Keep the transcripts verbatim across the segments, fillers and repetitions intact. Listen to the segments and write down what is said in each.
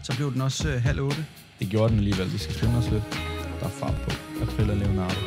så blev den også øh, halv otte. Det gjorde den alligevel. Vi skal skynde os lidt. Der er fart på. April og Leonardo.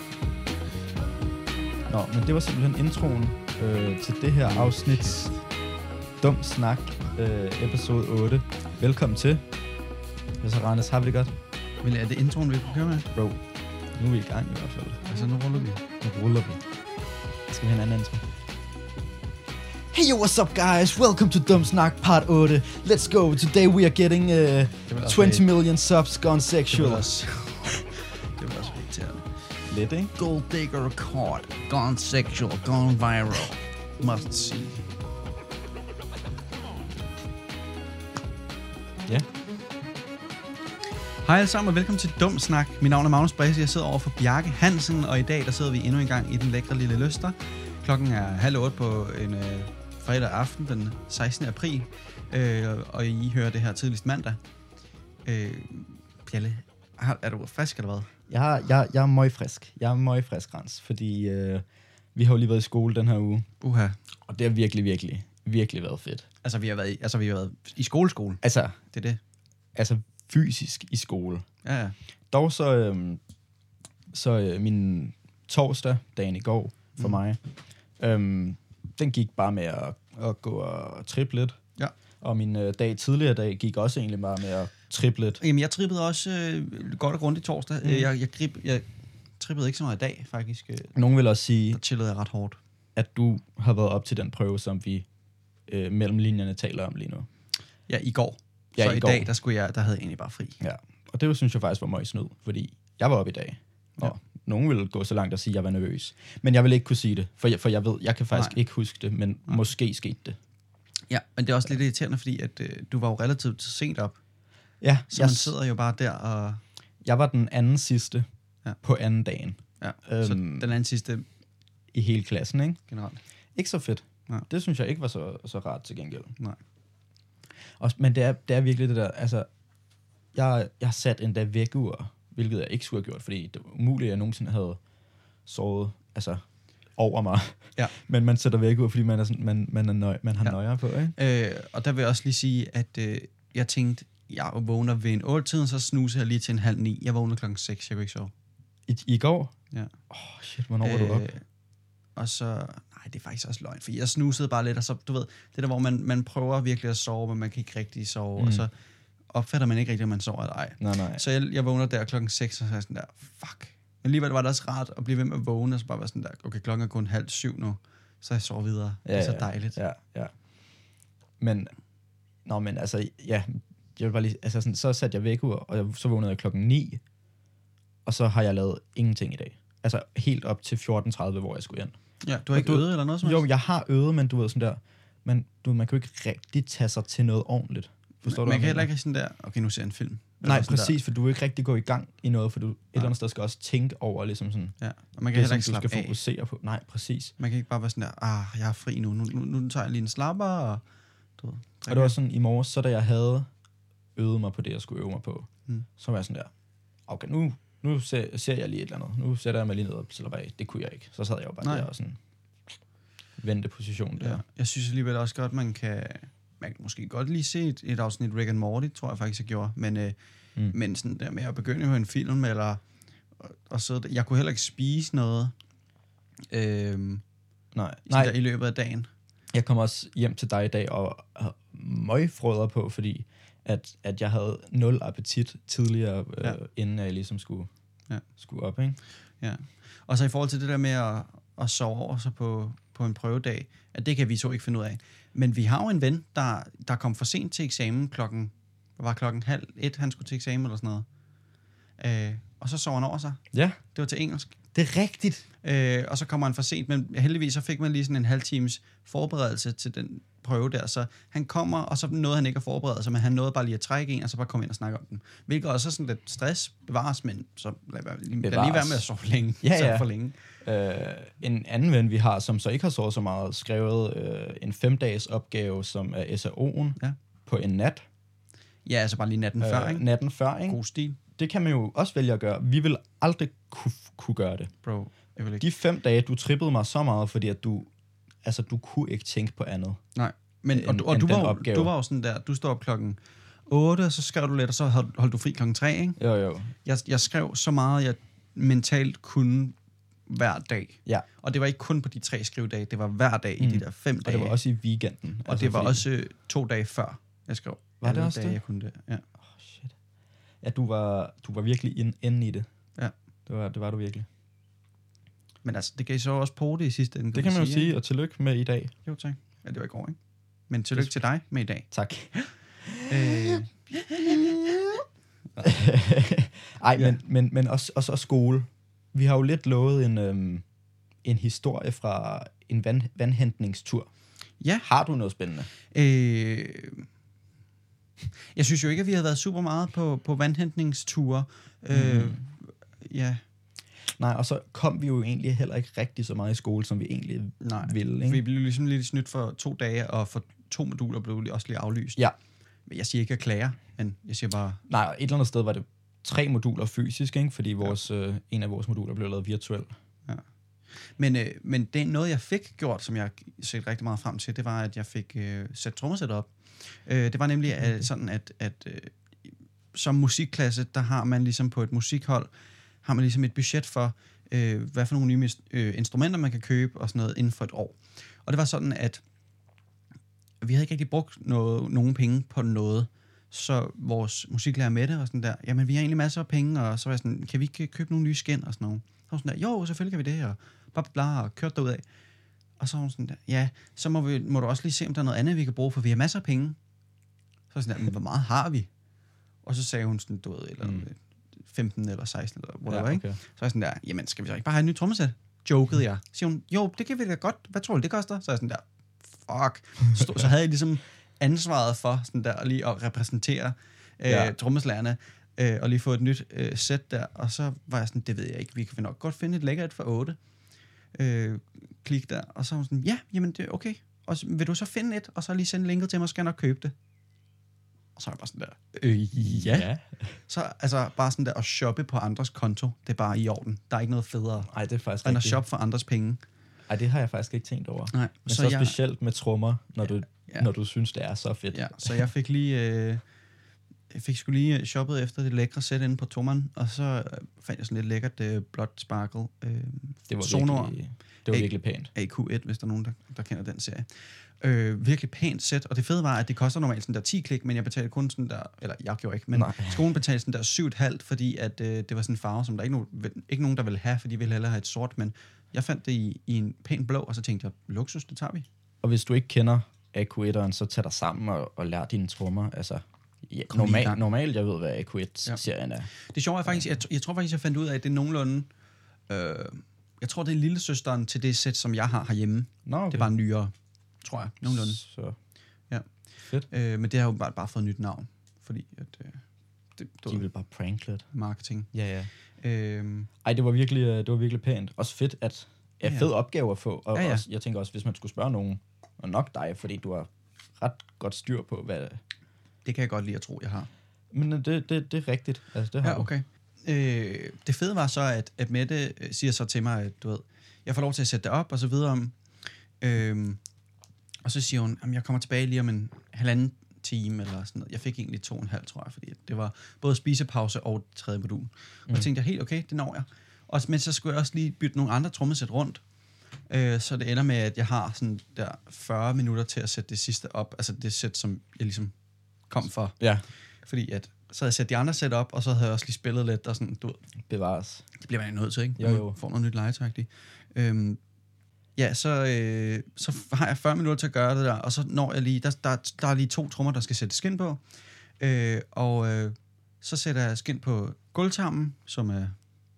Nå, men det var simpelthen introen øh, til det her afsnit. Dum Snak, øh, episode otte. Velkommen til. Jeg så Randes, har vi det godt? Men er det introen, vi kan køre med? Bro, nu er vi i gang i hvert fald. Altså, nu ruller vi. Nu ruller vi. Skal vi have en anden intro? Hey, yo, what's up, guys? Welcome to Dum Snak part otte. Let's go. Today we are getting uh, twenty million subs gone sexual. Det var også, det var også irriterende. Lidt, ikke? Gold digger record. Gone sexual. Gone viral. Must see. Ja. Hej alle sammen og velkommen til Dum Snak. Mit navn er Magnus Bresse. Jeg sidder over for Bjarke Hansen, og i dag der sidder vi endnu en gang i den lækre lille Løster. Klokken er halv otte på en øh, fredag aften, den sekstende april, øh, og I hører det her tidligst mandag. Øh, Pjalle, er du frisk eller hvad? Jeg, jeg, jeg er meget frisk. Jeg er meget frisk, Rans, fordi øh, vi har jo lige været i skole den her uge. Uha. Og det har virkelig, virkelig, virkelig været fedt. Altså, vi har været i, altså, vi har været i skoleskole. Altså, det er det. Altså fysisk i skole. Ja, ja. Dog så, øh, så øh, min torsdag, dagen i går for mm. mig, øh, den gik bare med at, at gå og trippe lidt. Ja. Og min øh, dag tidligere dag gik også egentlig bare med at trippe lidt. Jamen, jeg trippede også øh, godt og grundigt torsdag. Mm. Jeg, jeg, grib, jeg trippede ikke så meget i dag, faktisk. Nogen vil også sige, der chillede jeg ret hårdt. At du har været op til den prøve, som vi øh, mellem linjerne taler om lige nu. Ja, i går. Ja, så i, i går. dag, der, skulle jeg, der havde jeg egentlig bare fri. Ja, og det synes jeg faktisk var meget snyd, fordi jeg var oppe i dag. Og ja. Nogen ville gå så langt og sige, at jeg var nervøs. Men jeg vil ikke kunne sige det, for jeg, for jeg ved, jeg kan faktisk Nej. ikke huske det, men Nej. måske skete det. Ja, men det er også lidt irriterende, fordi at, øh, du var jo relativt sent op. Ja. Så man sidder jo bare der og... Jeg var den anden sidste ja. på anden dagen. Ja, øhm, så den anden sidste... I hele klassen, ikke? Generelt. Ikke så fedt. Ja. Det synes jeg ikke var så, så rart til gengæld. Nej. Og, men det er, det er virkelig det der, altså... Jeg, jeg har sat endda vækkeur, hvilket jeg ikke skulle have gjort, fordi det var umuligt, at jeg nogensinde havde sovet altså, over mig. Ja. Men man sætter vækkeur, fordi man, er sådan, man, man, er nøj, man har ja. nøjer på, ikke? Øh, og der vil jeg også lige sige, at øh, jeg tænkte, jeg vågner ved en otte-tiden, så snuser jeg lige til en halv ni. Jeg vågner klokken seks, jeg kunne ikke sove. I, i går? Ja. Åh, oh, shit, hvornår øh, var du op? Og så... Nej, det er faktisk også løgn, for jeg snusede bare lidt, og så, du ved, det der, hvor man, man prøver virkelig at sove, men man kan ikke rigtig sove, mm. og så opfatter man ikke rigtig, at man sover eller ej. Nej, nej. Så jeg, jeg vågner der klokken seks, og så er jeg sådan der, fuck. Men alligevel var det også rart at blive ved med at vågne, og så bare være sådan der, okay, klokken er kun halv syv nu, så jeg sover videre. Ja, det er så dejligt. Ja, ja. Men, nå, men altså, ja, jeg vil bare lige, altså sådan, så satte jeg vækkeur, og jeg, så vågnede jeg klokken ni, og så har jeg lavet ingenting i dag. Altså helt op til fjorten tredive, hvor jeg skulle ind. Ja, du har ikke øvet eller noget som helst? Jo, jeg har øvet, men du ved sådan der, men du, man kan jo ikke rigtig tage sig til noget ordentligt. Forstår man, du? Man kan heller ikke sådan der, okay, nu ser jeg en film. Nej, præcis, der. For du vil ikke rigtig gå i gang i noget, for du et eller andet sted skal også tænke over, ligesom sådan, ja, og man kan heller ikke slappe af. Du skal fokusere på. Nej, præcis. Man kan ikke bare være sådan der, ah, jeg er fri nu, nu, nu, nu tager jeg lige en slapper, og du ved. Og det var sådan, i morges, så da jeg havde øvet mig på det, jeg skulle øve mig på, mm. så var jeg sådan der, okay, nu, nu ser, ser jeg lige et eller andet. Nu sætter jeg mig lige ned og slapper af. Det kunne jeg ikke. Så sad jeg jo bare Nej. der og sådan vente position der. Ja. Jeg synes alligevel også godt, man kan, man kan måske godt lige se et, et afsnit Rick and Morty, tror jeg faktisk, jeg gjorde. Men, øh, mm. men sådan der med at begynde på en film, eller og, og så, jeg kunne heller ikke spise noget øh, Nej. I, Nej. Der, i løbet af dagen. Jeg kom også hjem til dig i dag og møgfrøder på, fordi at, at jeg havde nul appetit tidligere, øh, ja. inden jeg ligesom skulle, ja. skulle op, ikke? Ja. Og så i forhold til det der med at, at sove over sig på, på en prøvedag, at det kan vi så ikke finde ud af. Men vi har jo en ven, der, der kom for sent til eksamen klokken, var klokken halv et, han skulle til eksamen eller sådan noget. Øh, og så sov han over sig. Ja. Det var til engelsk. Det er rigtigt. Øh, og så kommer han for sent, men heldigvis så fik man lige sådan en halv times forberedelse til den prøve der, så han kommer, og så nåede han ikke at forberede sig, men han nåede bare lige at trække en, og så bare komme ind og snakke om den. Hvilket også er sådan lidt stress bevares, men så lad, lad, lad lige være med at sove for længe. Ja, ja. for længe. Øh, en anden ven, vi har, som så ikke har sovet så meget, skrevet øh, en femdages opgave, som er S A O'en ja. på en nat. Ja, altså bare lige natten øh, før, ikke? Natten før, ikke? God stil. Det kan man jo også vælge at gøre. Vi vil aldrig kunne, kunne gøre det. Bro, jeg vil ikke. De fem dage, du trippede mig så meget, fordi at du, altså du kunne ikke tænke på andet. Nej. Men, end, og du, og du, var jo, du var jo sådan der, du står op klokken, otte, og så skrev du lidt, og så holdt, holdt du fri klokken tre, ikke? Jo, jo. Jeg, jeg skrev så meget, jeg mentalt kunne hver dag. Ja. Og det var ikke kun på de tre skrivedage, det var hver dag mm. i de der fem dage. Og det var også i weekenden. Og altså, det var fordi... også øh, to dage før, jeg skrev. Var det også dage, det? Jeg kunne det, ja. Oh, shit. Ja, du var, du var virkelig inde ind i det. Ja. Det var, det var du virkelig. Men altså, det gav så også på det i sidste ende. Det kan man jo sige, sige, og tillykke med i dag. Jo, tak. Ja, det var i går, ikke? Men tillykke til dig med i dag. Tak. øh... Ej, men, men, men også, også, også skole. Vi har jo lidt lovet en, øhm, en historie fra en vand, vandhentningstur. Ja. Har du noget spændende? Øh... Jeg synes jo ikke, at vi har været super meget på, på vandhentningsture. Mm. Øh, ja. Nej, og så kom vi jo egentlig heller ikke rigtig så meget i skole, som vi egentlig Nej, ville. Ikke? Vi blev ligesom lidt snydt for to dage, og for to moduler blev også lige aflyst. Ja. Men jeg siger ikke, at jeg klager, men jeg siger bare... Nej, et eller andet sted var det tre moduler fysisk, ikke? Fordi vores, ja. øh, en af vores moduler blev lavet virtuelt. Ja. Men, øh, men det er noget, jeg fik gjort, som jeg set rigtig meget frem til, det var, at jeg fik øh, sat trommesæt op. Øh, det var nemlig okay. at, sådan, at, at øh, som musikklasse, der har man ligesom på et musikhold, har man ligesom et budget for, øh, hvad for nogle nye øh, instrumenter, man kan købe, og sådan noget inden for et år. Og det var sådan, at vi havde ikke rigtig brugt noget, nogen penge på noget, så vores musiklærer Mette var sådan der, jamen vi har egentlig masser af penge, og så var jeg sådan, kan vi ikke købe nogle nye skin og sådan noget? Så var sådan der, jo, selvfølgelig kan vi det, og bla bla bla, og kørte derudad. Og så var hun sådan der, ja, så må, vi, må du også lige se, om der er noget andet, vi kan bruge, for vi har masser af penge. Så var sådan der, men hvor meget har vi? Og så sagde hun sådan, du ved, eller mm. femten eller seksten, eller whatever, ja, okay. Ikke? Så var jeg sådan der, jamen skal vi så ikke bare have en ny trommesæt? Jokede jeg. Så siger hun, jo, det kan vi da godt. Hvad tror du, det koster? Så er jeg sådan der, fuck. Så, så havde jeg ligesom ansvaret for sådan der lige at repræsentere øh, ja. trommeslagerne, øh, og lige få et nyt øh, sæt der. Og så var jeg sådan, det ved jeg ikke, vi kan nok godt finde et lækkert for otte. Øh, klik der. Og så var hun sådan, ja, jamen det er okay. Og så, vil du så finde et, og så lige sende linket til mig, så skal jeg nok købe det. Og så er jeg bare sådan der, øh, ja. ja. Så altså bare sådan der at shoppe på andres konto, det er bare i orden. Der er ikke noget federe. Nej, det er faktisk end at shoppe for andres penge. Nej, det har jeg faktisk ikke tænkt over. Nej. Men så, så jeg, specielt med trommer, når, ja, du, ja. når du synes, det er så fedt. Ja, så jeg fik lige, øh, jeg fik sgu lige shoppet efter det lækre sæt inde på Toman, og så øh, fandt jeg sådan lidt lækkert øh, blåt sparkle. Øh, det var Sonor. Virkelig, det var A- virkelig pænt. A Q et, hvis der er nogen, der, der kender den serie. Øh, virkelig pænt sæt, og det fede var, at det koster normalt sådan der ti klik, men jeg betalte kun sådan der, eller jeg gjorde ikke, men Nej. skolen betalte sådan der syv komma fem, fordi at, øh, det var sådan en farve, som der ikke, no, ikke nogen, der ville have, fordi de ville hellere have et sort, men jeg fandt det i, i en pæn blå, og så tænkte jeg, luksus, det tager vi. Og hvis du ikke kender A Q et'eren, så tag dig sammen og, og lær dine trommer, altså ja, normal, normalt, jeg ved, hvad A Q et-serien er. Det sjove er faktisk, jeg, jeg tror faktisk, jeg fandt ud af, at det er nogenlunde, øh, jeg tror, det er lillesøsteren til det sæt, som jeg har herhjemme. Nå, okay. Det var nyere, tror jeg, nogenlunde. Så ja. Fedt. Øh, men det har jo bare, bare fået et nyt navn, fordi at, øh, det, de vil bare prank lidt. Marketing. Ja, ja. Øhm. Ej, det var virkelig, det var virkelig pænt. Også fedt, at ja, fed opgave at få. Og ja, ja. Også, jeg tænker også, hvis man skulle spørge nogen, og nok dig, fordi du har ret godt styr på, hvad... Det kan jeg godt lide at tro, jeg har. Men det, det, det er rigtigt. Altså, det har ja, okay. Øh, det fede var så, at, at Mette siger så til mig, at du ved, jeg får lov til at sætte det op, og så videre om... Øhm, og så siger hun, at jeg kommer tilbage lige om en halvanden time, eller sådan noget. Jeg fik egentlig to og en halv, tror jeg, fordi det var både spisepause og tredje modul. Mm. Og jeg tænkte, jeg helt okay, det når jeg. Og, men så skulle jeg også lige bytte nogle andre trommesæt rundt, øh, så det ender med, at jeg har sådan der fyrre minutter til at sætte det sidste op, altså det sæt, som jeg ligesom kom for. Ja. Fordi at, så havde jeg sat de andre sæt op, og så havde jeg også lige spillet lidt, og sådan, du ved. Bevares. Det bliver man nødt til, ikke? Jo, jo. Får noget nyt legetøj, øhm, ja, så, øh, så har jeg fyrre minutter til at gøre det der, og så når jeg lige, der, der, der er lige to trommer, der skal sætte skin på, øh, og øh, så sætter jeg skin på gulvtarmen, som er,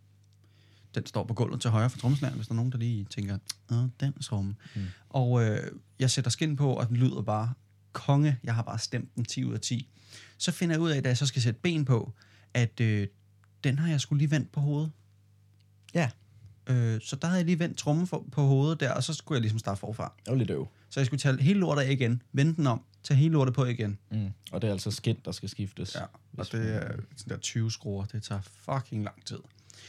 den står på gulvet til højre for trommeslageren, hvis der er nogen, der lige tænker, åh, den tromme. Mm. Og øh, jeg sætter skin på, og den lyder bare konge, jeg har bare stemt den ti ud af ti. Så finder jeg ud af, da jeg så skal sætte ben på, at øh, den har jeg skulle lige vendt på hovedet. Ja. Øh, så der havde jeg lige vendt trommen for, på hovedet der, og så skulle jeg ligesom starte forfra. Det var lidt øv. Så jeg skulle tage hele lortet af igen, vende den om, tage hele lortet på igen. Mm. Og det er altså skin, der skal skiftes. Ja, og det er sådan der tyve skruer, det tager fucking lang tid.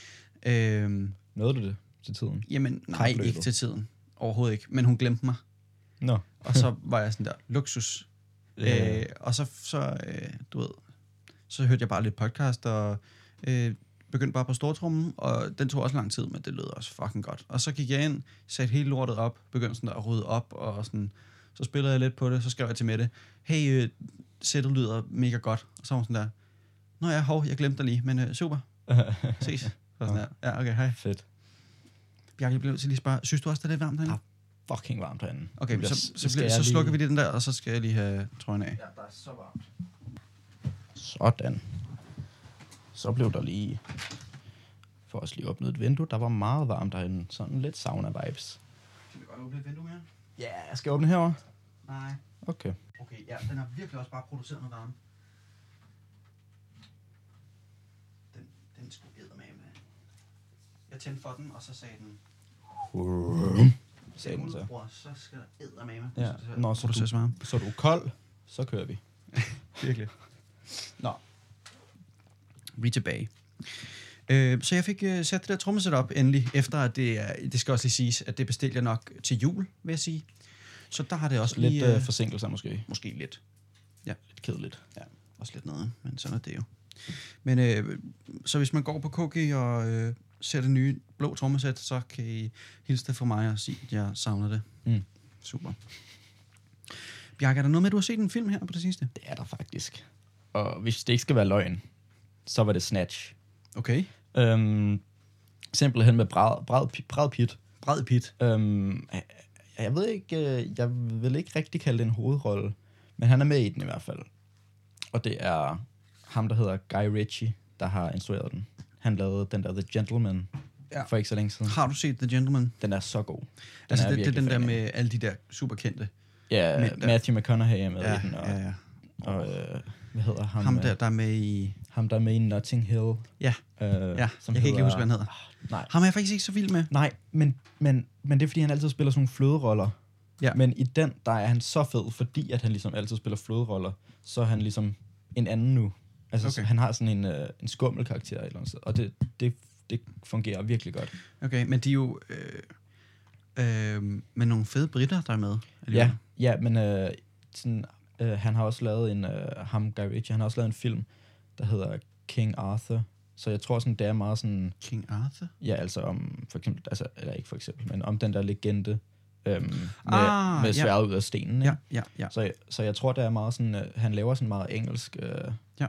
Øh, Nåede du det til tiden? Jamen, nej, ikke til tiden. Overhovedet ikke. Men hun glemte mig. Nå. Og så var jeg sådan der, luksus. Øh, og så, så øh, du ved, så hørte jeg bare lidt podcast, og øh, begyndte bare på stortrummen, og den tog også lang tid, men det lød også fucking godt. Og så gik jeg ind, satte hele lortet op, begyndte sådan at rydde op, og sådan, så spillede jeg lidt på det, så skrev jeg til Mette, hey, øh, sættet lyder mega godt, og så var hun sådan der, nå ja, hov, jeg glemte dig lige, men øh, super, ses. Så sådan der. Ja, okay, hej. Fedt. Bjarke, jeg blev til lige at spørge, synes du også, det er lidt varmt herinde? Ja, fucking varmt herinde. Okay, bliver, så, så, så, så slukker lige... vi den der, og så skal jeg lige have trøjen af. Ja, der er så varmt. Sådan. Så blev der lige... For os lige åbnet et vindue. Der var meget varmt derinde. Sådan lidt sauna-vibes. Kan vi godt åbne et vindue mere? Ja, yeah, jeg skal åbne herovre. Nej. Okay. Okay, ja, den har virkelig også bare produceret noget varme. Den, den skulle eddermame med. Jeg tændte for den, og så sagde den... Uh. Sagde den så. Bror, så skal der eddermame. Ja, når så, du, så er du kold, så kører vi. Virkelig. Nå. Vi er tilbage. Øh, så jeg fik øh, sat det der trommesæt op endelig, efter at det er, det skal også lige siges, at det bestilte jeg nok til jul, vil jeg sige. Så der har det også lidt lige... Øh, forsinkelser måske. Måske lidt. Ja. Lidt kedeligt. Ja, også lidt noget, men sådan er det jo. Men øh, så hvis man går på K G og øh, ser det nye blå trommesæt, så kan I hilse det fra mig og sige, at jeg savner det. Mm. Super. Bjarke, er der noget med, at du har set en film her på det sidste? Det er der faktisk. Og hvis det ikke skal være løgn, så var det Snatch. Okay. Øhm, simpelthen med Brad, Brad, Brad Pitt. Brad Pitt. Øhm, jeg, jeg ved ikke, jeg vil ikke rigtig kalde det en hovedrolle, men han er med i den i hvert fald. Og det er ham, der hedder Guy Ritchie, der har instrueret den. Han lavede den der The Gentleman ja. for ikke så længe siden. Har du set The Gentleman? Den er så god. Den altså er det, det er den der med alle de der super kendte. Ja, med, Matthew McConaughey er med ja, i den. Og, ja, ja. og øh, hvad hedder ham? Ham der, der er med i... Ham, der er med i Notting Hill. Ja, øh, ja. Som jeg kan hedder, ikke lige huske, hvad han hedder. Øh, nej. Ham er jeg faktisk ikke så vild med. Nej, men, men, men det er, fordi han altid spiller sådan nogle fløderoller. Ja. Men i den, der er han så fed, fordi at han ligesom altid spiller fløderoller, så er han ligesom en anden nu. Altså, okay. Han har sådan en, øh, en skummel karakter eller noget, og det, det, det fungerer virkelig godt. Okay, men de er jo øh, øh, med nogle fede britter, der er med. Ja, ja, men øh, sådan, øh, han har også lavet en, øh, ham Guy Ritchie, han har også lavet en film, der hedder King Arthur. Så jeg tror sådan, det er meget sådan... King Arthur? Ja, altså om, for eksempel, altså, eller ikke for eksempel, men om den der legende, øhm, med, ah, med sværet ja. ud af stenen. Ja, ja, ja. Så, så jeg tror, det er meget sådan, øh, han laver sådan meget engelsk, øh, ja.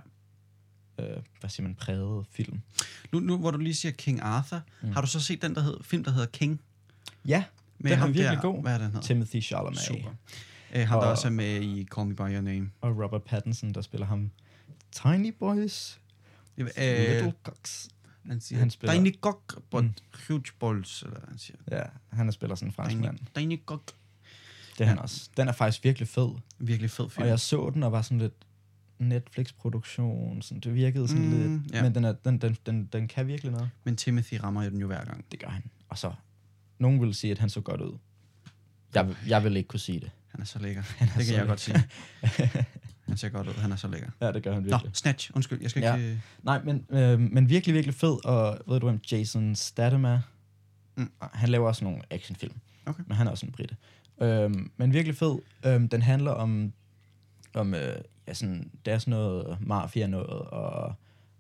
øh, hvad siger man, præget film. Nu, nu hvor du lige siger King Arthur, mm. har du så set den der hed, film, der hedder King? Ja, med den ham er virkelig der, god. Hvad er den hedder? Timothy Chalamet. Super. Æ, han og, der også er med i Call Me By Your Name. Og Robert Pattinson, der spiller ham Tiny Boys. Øh, Little Cocks. Han siger, han spiller... Tiny Cock, but mm. huge balls, eller han siger. Ja, han spiller sådan en fransk Tiny, mand. Tiny Cock. Det er han også. Den er faktisk virkelig fed. Virkelig fed film. Og jeg så den, og var sådan lidt Netflix-produktion, sådan, det virkede sådan mm, lidt, ja. Men den, er, den, den, den, den kan virkelig noget. Men Timothy rammer jo den jo hver gang. Det gør han. Og så, nogen vil sige, at han så godt ud. Jeg, jeg vil ikke kunne sige det. Han er så lækker. Er det kan jeg lækker. godt sige. Han ser godt ud. Han er så lækker. Ja, det gør han virkelig. Nå, Snatch. Undskyld, jeg skal ja. ikke... Nej, men, øh, men virkelig, virkelig fed. Og ved du, hvem Jason Statham er? Mm. Han laver også nogle actionfilm. Okay. Men han er også en brite. Øh, men virkelig fed. Øh, den handler om... om øh, ja, sådan, det er sådan noget mafia noget, og,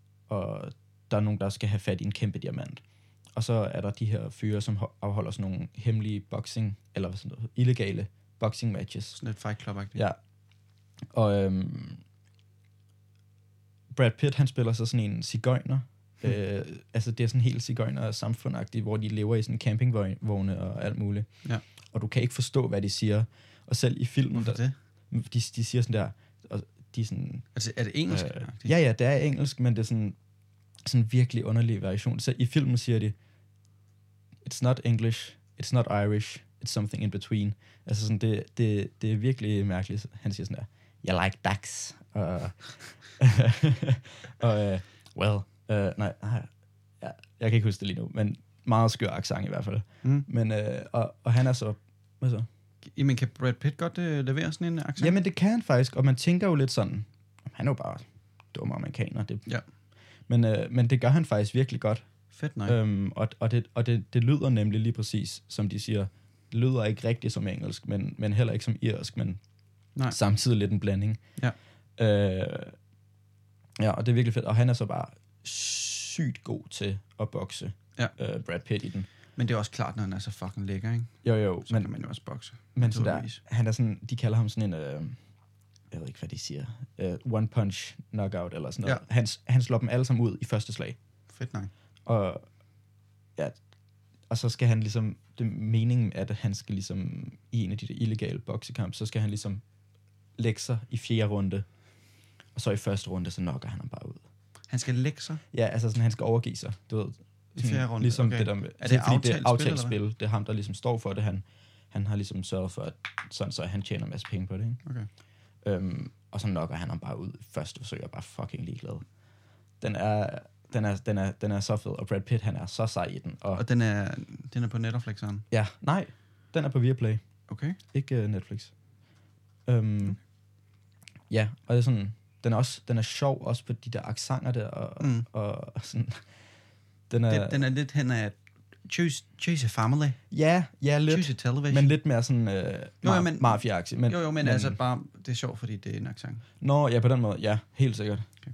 og der er nogen, der skal have fat i en kæmpe diamant. Og så er der de her fyre, som afholder sådan nogle hemmelige boxing, eller sådan noget, illegale boxing matches. Sådan et Fight Club-agtigt. Ja. Og øhm, Brad Pitt, han spiller så sådan en sigøjner. Hmm. Øh, altså det er sådan helt sigøjner-samfundagtigt, hvor de lever i sådan campingvogne og alt muligt. Ja. Og du kan ikke forstå, hvad de siger. Og selv i filmen, der, det? De, de siger sådan der, og de sådan... Altså er det engelsk? Øh, ja, ja, det er engelsk, men det er sådan, sådan en virkelig underlig variation. Så i filmen siger de, it's not English, it's not Irish, it's something in between. Altså sådan, det, det, det er virkelig mærkeligt. Han siger sådan der, you like ducks. Og, og uh, well, uh, nej, nej ja, jeg kan ikke huske det lige nu, men meget skør accent i hvert fald. Mm. Men, uh, og, og han er så, hvad så? Jamen, kan Brad Pitt godt uh, levere sådan en accent? Jamen, det kan han faktisk, og man tænker jo lidt sådan, han er jo bare dum amerikaner. Det, ja. Men, uh, men det gør han faktisk virkelig godt. Fedt, nej. Øhm, og og, det, og det, det lyder nemlig lige præcis, som de siger, det lyder ikke rigtigt som engelsk, men, men heller ikke som irsk, men Nej. Samtidig lidt en blanding. Ja. Øh, ja, og det er virkelig fedt. Og han er så bare sygt god til at bokse. Ja. Øh, Brad Pitt i den. Men det er også klart, når han er så fucking lækker, ikke? Jo, jo. Så men, kan man jo også bokse. Men sådan der, han er sådan, de kalder ham sådan en, øh, jeg ved ikke, hvad de siger, uh, one punch knockout eller sådan noget. Ja. Han, han slår dem alle sammen ud i første slag. Fedt nok. Og, ja, og så skal han ligesom, det er meningen, at han skal ligesom, i en af de der illegale boksekamp, så skal han ligesom lægge sig i fjerde runde, og så i første runde, så knocker han ham bare ud. Han skal lægge sig? Ja, altså sådan, han skal overgive sig, du ved. I fjerde runde, ligesom okay. Det der med, er det fordi det er aftalt spil? spil, det er ham, der ligesom står for det. Han, han har ligesom sørget for, at sådan, så han tjener en masse penge på det, ikke? Okay. Øhm, og så knocker han ham bare ud i første forsøg, og bare fucking ligeglad. Den er, den er, den er, den er så fed, og Brad Pitt, han er så sej i den. Og, og den er, den er på Netflix, sådan? Ja, nej, den er på Viaplay. Okay. Ikke uh, Netflix. Øhm, okay. Ja, og det er sådan, den er også, den er sjov også på de der accenter der, og, mm. og, og sådan, den er... Den, den er lidt hen af Choose, choose a Family. Ja, ja, lidt. Choose a Television. Men lidt mere sådan øh, ma- jo, men, mafia-aktie. Men, jo, jo, men, men altså bare, det er sjovt, fordi det er en accent. Nå, ja, på den måde, ja, helt sikkert. Okay.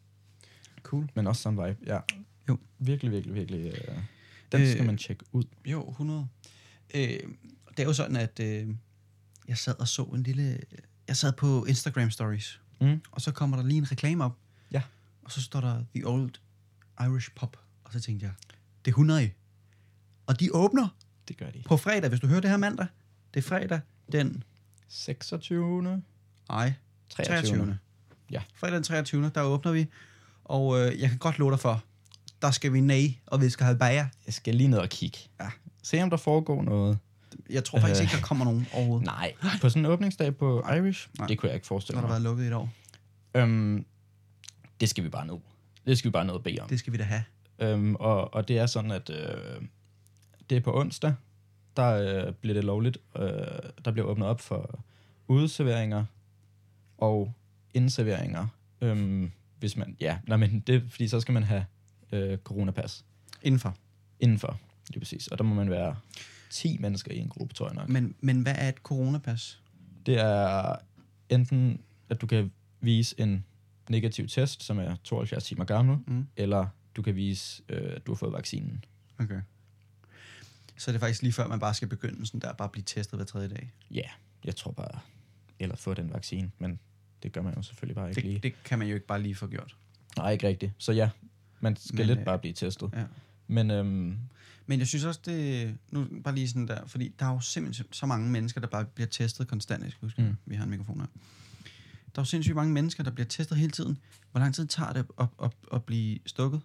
Cool. Men også sådan vibe, ja. Jo. Virkelig, virkelig, virkelig. Øh, den øh, skal man tjekke ud. Jo, hundrede. Øh, det er jo sådan, at øh, jeg sad og så en lille... Jeg sad på Instagram Stories, mm. og så kommer der lige en reklame op. Ja. Og så står der The Old Irish Pub. Og så tænkte jeg, det er hundrede. Og de åbner det gør de. På fredag, hvis du hører det her mandag. Det er fredag den... seksogtyvende Nej, treogtyvende Ja. Fredag den treogtyvende der åbner vi. Og øh, jeg kan godt love dig for, der skal vi ned, og vi skal have bager. Jeg skal lige ned og kigge. Ja. Se om der foregår noget. Jeg tror faktisk øh. ikke, der kommer nogen overhovedet. Nej, på sådan en åbningsdag på Irish, Nej. Det kunne jeg ikke forestille mig. Når der været lukket i et år. Øhm, det skal vi bare ned. Det skal vi bare ned og bede om. Det skal vi da have. Øhm, og, og det er sådan, at øh, det er på onsdag, der øh, bliver det lovligt. Øh, der bliver åbnet op for udeserveringer og indserveringer. Øhm, hvis man, ja, nej, men det fordi så skal man have øh, coronapas. Indenfor? Indenfor, lige præcis. Og der må man være ti mennesker i en gruppe, tror jeg nok. Men, men hvad er et coronapas? Det er enten, at du kan vise en negativ test, som er tooghalvfjerds timer gammel, mm. eller du kan vise, øh, at du har fået vaccinen. Okay. Så det er faktisk lige før, man bare skal begynde sådan der, bare blive testet hver tredje dag? Ja, jeg tror bare, eller få den vaccine, men det gør man jo selvfølgelig bare ikke det, lige. Det kan man jo ikke bare lige få gjort. Nej, ikke rigtigt. Så ja, man skal men, lidt øh, bare blive testet. Ja. Men, øhm, men jeg synes også, det nu bare lige sådan der, fordi der er jo simpelthen så mange mennesker, der bare bliver testet konstant. Jeg skal huske, mm. vi har en mikrofon her. Der er jo sindssygt mange mennesker, der bliver testet hele tiden. Hvor lang tid tager det at, at, at blive stukket?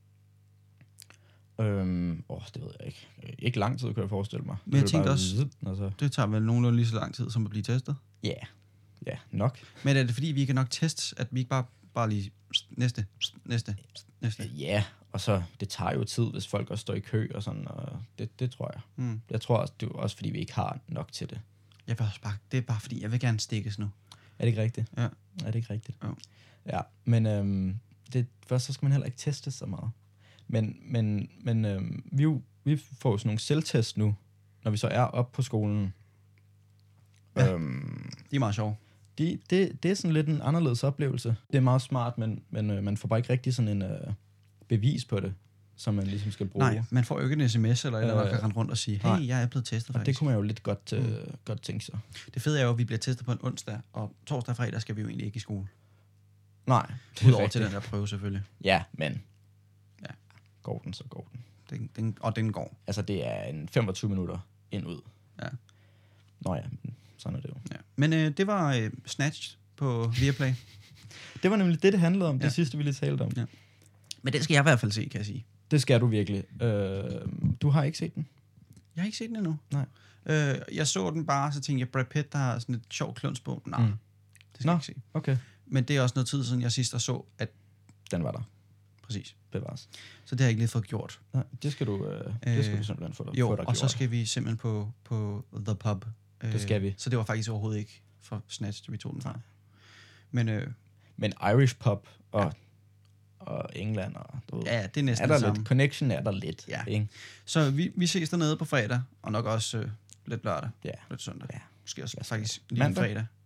Øhm, åh, det ved jeg ikke. Ikke lang tid, kan jeg forestille mig. Men jeg tænker også, vide, altså. det tager vel nogenlunde lige så lang tid, som at blive testet? Ja, yeah. ja, nok. Men er det fordi, vi kan nok teste, at vi ikke bare, bare lige næste, næste, næste? Ja, og så, det tager jo tid, hvis folk også står i kø og sådan, og det, det tror jeg. Mm. Jeg tror også, det er også fordi, vi ikke har nok til det. Jeg vil også bare, det er bare fordi, jeg vil gerne stikkes nu. Er det ikke rigtigt? Ja. Er det ikke rigtigt? Jo. Ja, men øhm, det, først så skal man heller ikke teste så meget. Men, men, men øhm, vi, vi får sådan nogle selvtest nu, når vi så er oppe på skolen. Ja, øhm, de er meget sjove. De, det, det er sådan lidt en anderledes oplevelse. Det er meget smart, men, men øh, man får bare ikke rigtig sådan en øh, bevis på det, som man ligesom skal bruge. Nej, man får jo ikke en sms eller et eller andet, der Øh, kan rende rundt og sige, hey, nej. jeg er blevet testet Og faktisk. det kunne man jo lidt godt, øh, Mm. godt tænke sig. Det fede er jo, at vi bliver testet på en onsdag, og torsdag og fredag skal vi jo egentlig ikke i skole. Nej, det er Udover rigtigt. til den der prøve selvfølgelig. Ja, men Ja. går den, så går den. Den, den, og den går. Altså, det er en femogtyve minutter ind ud. Ja. Nå ja, men sådan er det jo. Ja. Men øh, det var øh, Snatched på Viaplay. Det var nemlig det, det handlede om, Ja. det sidste, vi lige talte om. Ja. Men den skal jeg i hvert fald se, kan jeg sige. Det skal du virkelig. Øh, du har ikke set den? Jeg har ikke set den endnu. Nej. Øh, jeg så den bare, så tænkte jeg, Brad Pitt, der har sådan et sjovt kluns på. Nej, Mm. det skal Nå. jeg ikke se. Okay. Men det er også noget tid siden, jeg sidst så, at Den var der. præcis. Bevares. Så det har jeg ikke lige fået gjort. Nej, det skal du, øh, det skal du simpelthen få, Jo, få dig og så gjort. skal vi simpelthen på, på The Pub. Det skal vi. Så det var faktisk overhovedet ikke for Snatched, vi tog den fra. Men øh, Men Irish pop og, ja. og England og du ved, ja, det er næsten er der det samme. lidt. Connection er der lidt. Ja. Ikke? Så vi, vi ses dernede på fredag, og nok også øh, lidt lørdag, Ja. lidt søndag. Ja. Måske også Lad os faktisk lige Mandag? fredag.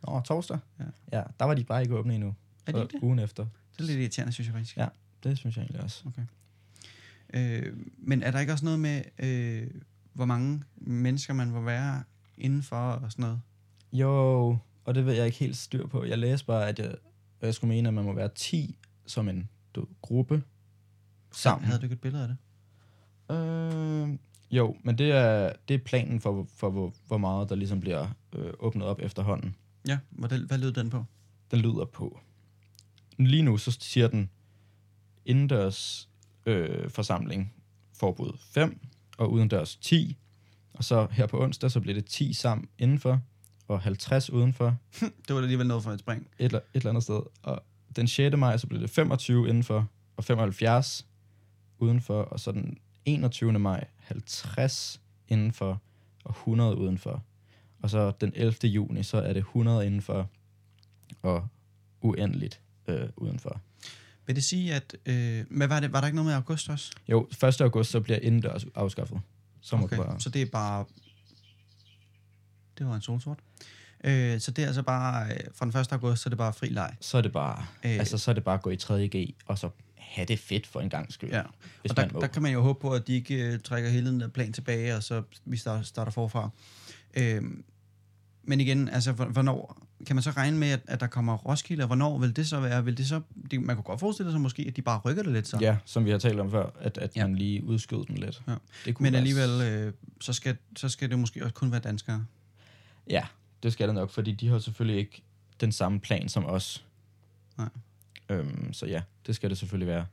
Nå, torsdag? Ja. Ja, der var de bare ikke åbne endnu. Er de ikke det? Ugen efter. Det er lidt irriterende, synes jeg faktisk. Ja, det synes jeg egentlig også. Okay. Øh, men er der ikke også noget med, øh, hvor mange mennesker man må være indenfor og sådan noget? Jo, og det ved jeg ikke helt styr på. Jeg læste bare, at jeg, jeg skulle mene, at man må være ti som en du, gruppe sammen. Havde du ikke et billede af det? Øh, jo, men det er, det er planen for, for hvor, hvor meget der ligesom bliver øh, åbnet op efterhånden. Ja, hvad, hvad lød den på? Den lyder på. Lige nu så siger den indendørs øh, forsamling forbud fem og udendørs ti. Og så her på onsdag, så bliver det ti sammen indenfor og halvtreds udenfor. Det var alligevel noget for et spring. Et, et eller andet sted. Og den sjette maj, så bliver det femogtyve indenfor og femoghalvfjerds udenfor. Og så den enogtyvende maj halvtreds indenfor og hundrede udenfor. Og så den ellevte juni, så er det hundrede indenfor og uendeligt øh, udenfor. Vil det sige, at... Øh, hvad var det? Var der ikke noget med august også? Jo, første august, så bliver indendørs afskaffet. Så okay, bare... så det er bare... Det var en solsort. Øh, så det er altså bare... Øh, fra den første august, så er det bare fri leg. Så er det bare... Øh, altså, så er det bare at gå i tredje G, og så have det fedt for en gang skyld. Ja, og der, der kan man jo håbe på, at de ikke uh, trækker hele den der plan tilbage, og så vi starter, starter forfra. Øh, men igen, altså, hvornår... Kan man så regne med, at, at der kommer Roskilde, og hvornår vil det så være? Vil det så, det, man kunne godt forestille sig måske, at de bare rykker det lidt så. Ja, som vi har talt om før, at, at ja. man lige udskød den lidt. Ja. Det men alligevel, øh, så, skal, så skal det måske også kun være danskere. Ja, det skal det nok, fordi de har selvfølgelig ikke den samme plan som os. Nej. Øhm, så ja, det skal det selvfølgelig være.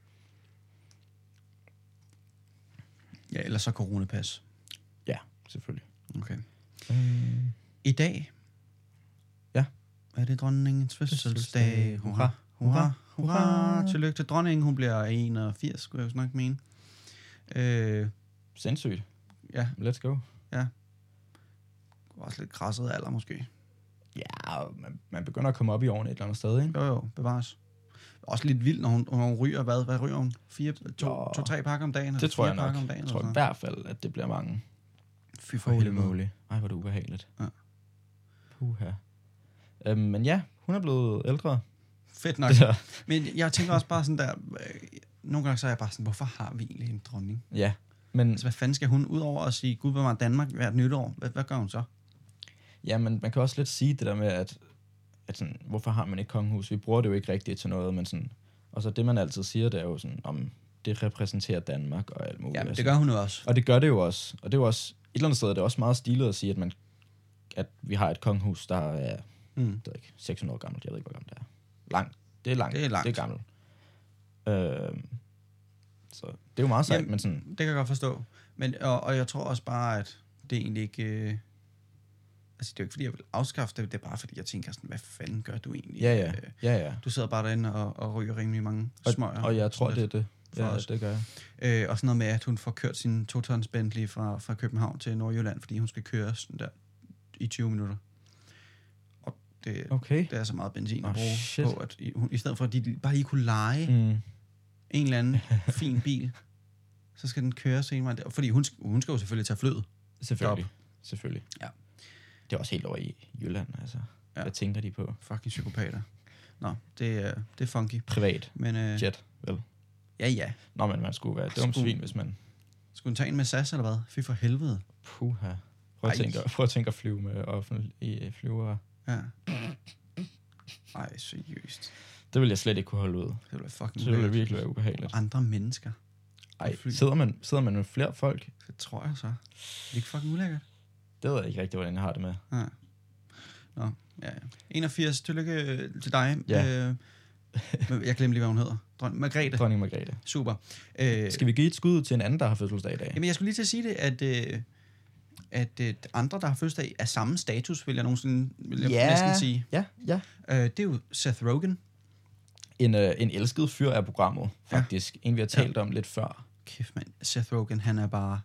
Ja, eller så coronapas. Ja, selvfølgelig. Okay. Øhm. I dag... Ja. Er det dronningens fødselsdag? Hurra, hurra, hurra. Tillykke til dronningen. Hun bliver enogfirs, skulle jeg jo nok mene. Øh, Sindssygt. Ja. Let's go. Ja. Også lidt krasset alder, måske. Ja, man, man begynder at komme op i årene et eller andet sted, ikke? Jo, jo, bevares. Også lidt vildt, når hun, når hun ryger. Hvad, hvad ryger hun? Fire, to, to, tre pakker om dagen? Det tror jeg nok. Om dagen, jeg tror i hvert fald, at det bliver mange. Fy for helvede. Ej, hvor er det ubehageligt. Ja. Puha. Øhm, men ja, hun er blevet ældre. Fedt nok. Ja. Men jeg tænker også bare sådan der... Øh, nogle gange så er jeg bare sådan, hvorfor har vi egentlig en dronning? Ja, men... Altså, hvad fanden skal hun ud over at sige, Gud bevarer Danmark hvert nytår? Hvad, hvad gør hun så? Ja, men man kan også lidt sige det der med, at, at sådan, hvorfor har man ikke kongehus? Vi bruger det jo ikke rigtigt til noget, men sådan... Og så det, man altid siger, det er jo sådan, om det repræsenterer Danmark og alt muligt. Ja, men det gør hun jo også. Og det gør det jo også. Og det er jo også... Et eller andet sted er det også meget stilet at sige, at, man, at vi har et kongehus, der er... Mm. Det er ikke seks hundrede år gammelt. Jeg ved ikke, hvor gammelt det er. Langt. Det er langt. Det er langt. Det er gammelt. Øh, så det er jo meget sejt, men sådan... Det kan jeg godt forstå. Men, og, og jeg tror også bare, at det egentlig ikke... Øh, altså, det er jo ikke, fordi jeg vil afskaffe det. Det er bare, fordi jeg tænker sådan, hvad fanden gør du egentlig? Ja, ja. ja, ja. Du sidder bare derinde og, og ryger rimelig mange smøger. Og, og jeg tror, det er det. Ja, os. det gør jeg. Øh, og sådan noget med, at hun får kørt sin to-tons Bentley fra, fra København til Nordjylland, fordi hun skal køre sådan der i tyve minutter. Og det, okay. det er så meget benzin at oh, bruge shit. på, at hun, i stedet for, at de bare lige kunne lege mm. en eller anden fin bil, så skal den køre senere. Fordi hun, hun skal jo selvfølgelig tage flyet. Selvfølgelig. Selvfølgelig. Ja. Det er også helt over i Jylland, altså. Ja. Hvad tænker de på? Fucking psykopater. Nå, det er, det er funky. Privat. Men, øh, jet, vel? Ja, ja. Nå, men man skulle være dum svin, hvis man... Skulle hun tage en med S A S, eller hvad? Fy for helvede. Puha. Prøv at, tænke, prøv at tænke at flyve med offentlige flyvere. Ja. Ej, seriøst. Det vil jeg slet ikke kunne holde ud. Det ville være fucking Det ville virkelig være ubehageligt. Og andre mennesker. Ej, sidder man, sidder man med flere folk? Det tror jeg så. Det er ikke fucking ulækkert. Det ved jeg ikke rigtig, hvordan jeg har det med. Ja. Nå, ja, ja. enogfirs, tillykke til dig. Ja. Øh, jeg glemte lige, hvad hun hedder. Dronning Margrethe. Dronning Margrethe. Super. Øh, Skal vi give et skud til en anden, der har fødselsdag i dag? Jamen, jeg skulle lige til at sige det, at, øh, at øh, andre, der har fødselsdag, er samme status, vil jeg nogensinde vil jeg ja. næsten sige. Ja, ja. Øh, det er jo Seth Rogen. En, øh, en elsket fyr af programmet, faktisk. Ja. En, vi har talt ja. om lidt før. Kæft, mand. Seth Rogen, han er bare...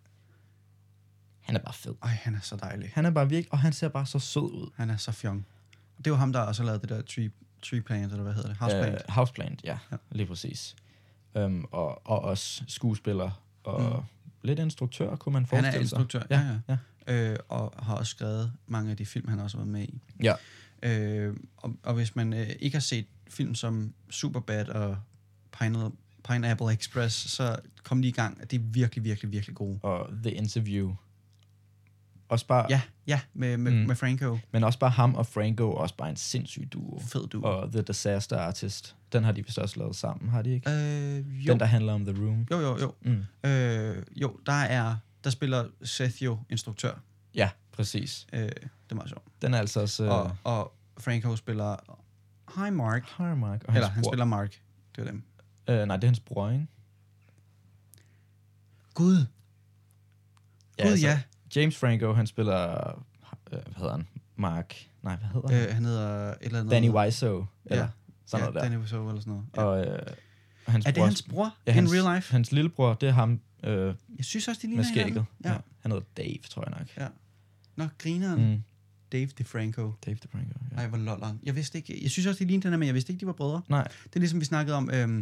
Han er bare fed. Ej, han er så dejlig. Han er bare virkelig, og han ser bare så sød ud. Han er så fjong. Det er jo ham, der også har lavet det der tree, tree plant, eller hvad hedder det? Houseplant. Uh, houseplant, ja. ja. Lige præcis. Um, og, og også skuespiller og mm. lidt instruktør, kunne man forestille sig. Han er instruktør, ja, ja. ja. ja. Øh, og har også skrevet mange af de film, han også har været med i. Ja. Øh, og, og hvis man øh, ikke har set film som Superbad og Pine, Pineapple Express, så kom de i gang. Det er virkelig, virkelig, virkelig gode. Og The Interview. Også bare... Ja, ja, med, med, mm. med Franco. Men også bare ham og Franco, også bare en sindssyg duo. Fed duo. Og The Disaster Artist, den har de vist også lavet sammen, har de ikke? Øh, jo. Den, der handler om The Room. Jo, jo, jo. Mm. Øh, jo, der er... Der spiller Seth jo instruktør. Ja, præcis. Øh, det er meget sjovt. Den er altså også... Øh... Og, og Franco spiller... Hi Mark. Hi Mark. Og Eller han bror. spiller Mark. Det er dem. Øh, nej, det er hans bror, ikke? Gud. Ja, Gud, altså, ja. James Franco, han spiller... Øh, hvad hedder han? Mark... Nej, hvad hedder han? Øh, han hedder... Et eller andet... Danny Wiseau. Eller ja. sådan ja, noget der. Danny Wiseau eller sådan noget. Ja. Og, øh, hans er det bror, hans bror? Ja, in hans, real life? Hans lillebror, det er ham... Øh, jeg synes også, de ligner med skægget. Ja. Ja. Han hedder Dave, tror jeg nok. Ja. Nå, grineren. Mm. Dave DeFranco. Dave DeFranco, ja. Ej, hvor lolleren. Jeg vidste ikke... Jeg synes også, de lignede den her, men jeg vidste ikke, de var brødre. Nej. Det er ligesom, vi snakkede om... Øhm,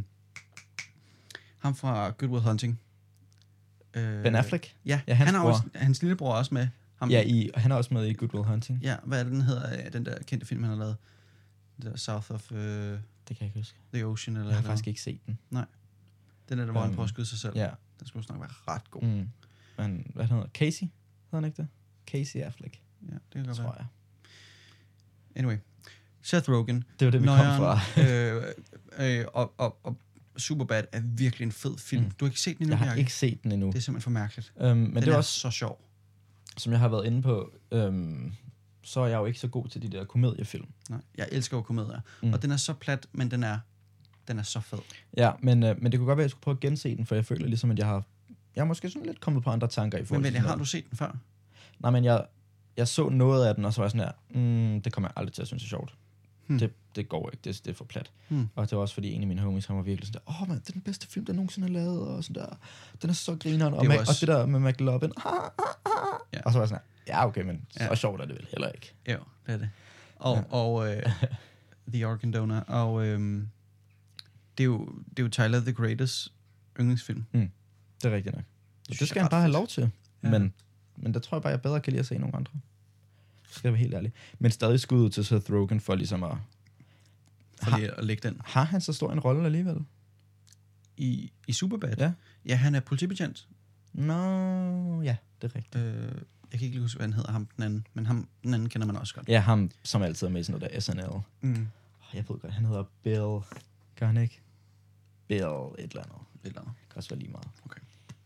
ham fra Good Will Hunting. Øh, Ben Affleck? Ja, ja hans, han er også, hans lillebror er også med. Ham. Ja, i, han er også med i Good Will Hunting. Ja, hvad er det, den hedder? Den der kendte film, han har lavet. The South of... Uh, det kan jeg ikke huske. The Ocean, eller jeg har eller. faktisk ikke set den. Nej. Den er der, hvor um, han prøver at skyde sig selv. Ja. Den skulle snakke være ret god. Mm. Men, hvad hedder Casey? Hedder han ikke det? Casey Affleck. Ja, det kan godt tror være. jeg. Anyway. Seth Rogen. Det var det, vi Nøjeren, kom fra. øh, øh, og, og, og Superbad er virkelig en fed film. Mm. Du har ikke set den endnu, Jeg har Bjarke? ikke set den endnu. Det er simpelthen for mærkeligt. Um, men den det er er også så sjov. Som jeg har været inde på, øhm, så er jeg jo ikke så god til de der komediefilm. Nej, jeg elsker jo komedier. Mm. Og den er så plat, men den er, den er så fed. Ja, men, øh, men det kunne godt være, at jeg skulle prøve at gense den, for jeg føler ligesom, at jeg har... Jeg er måske sådan lidt kommet på andre tanker i forhold men, til... Men har du set den før? Nej, men jeg, jeg så noget af den, og så var jeg sådan her, mm, det kommer jeg aldrig til at synes er sjovt. Hmm. Det, det går ikke, det, det er for plat. Hmm. Og det var også fordi, en af mine homies, han var virkelig sådan der, åh oh, man, det er den bedste film, der nogensinde er lavet, og sådan der, den er så grineren, og, også... og det der med McLovin, ja. Og så var jeg sådan her, ja okay, men ja. Så sjovt er det vel heller ikke. Jo, det er det. Og, ja. og øh, The Organ Donor, og øh, det, er jo, det er jo Tyler, the Creator's yndlingsfilm. Hmm. Det er rigtigt nok. Det, det skal han bare have lov til, ja. men, men der tror jeg bare, jeg bedre kan lide at se nogle andre. Skal jeg være helt ærlig. Men stadig skud til Seth Rogen for ligesom at... For lige at lægge den. Har han så stor en rolle alligevel? I, i Superbad? Ja. Ja, han er politibetjent. Nå, ja, det er rigtigt. Øh, jeg kan ikke lige huske, hvad han hedder, ham den anden. Men ham den anden kender man også godt. Ja, ham som altid er med i sådan noget der S N L. Mm. Jeg ved godt, han hedder Bill. Gør han ikke? Bill et eller andet. Et eller andet. Det kan også være lige meget. Okay.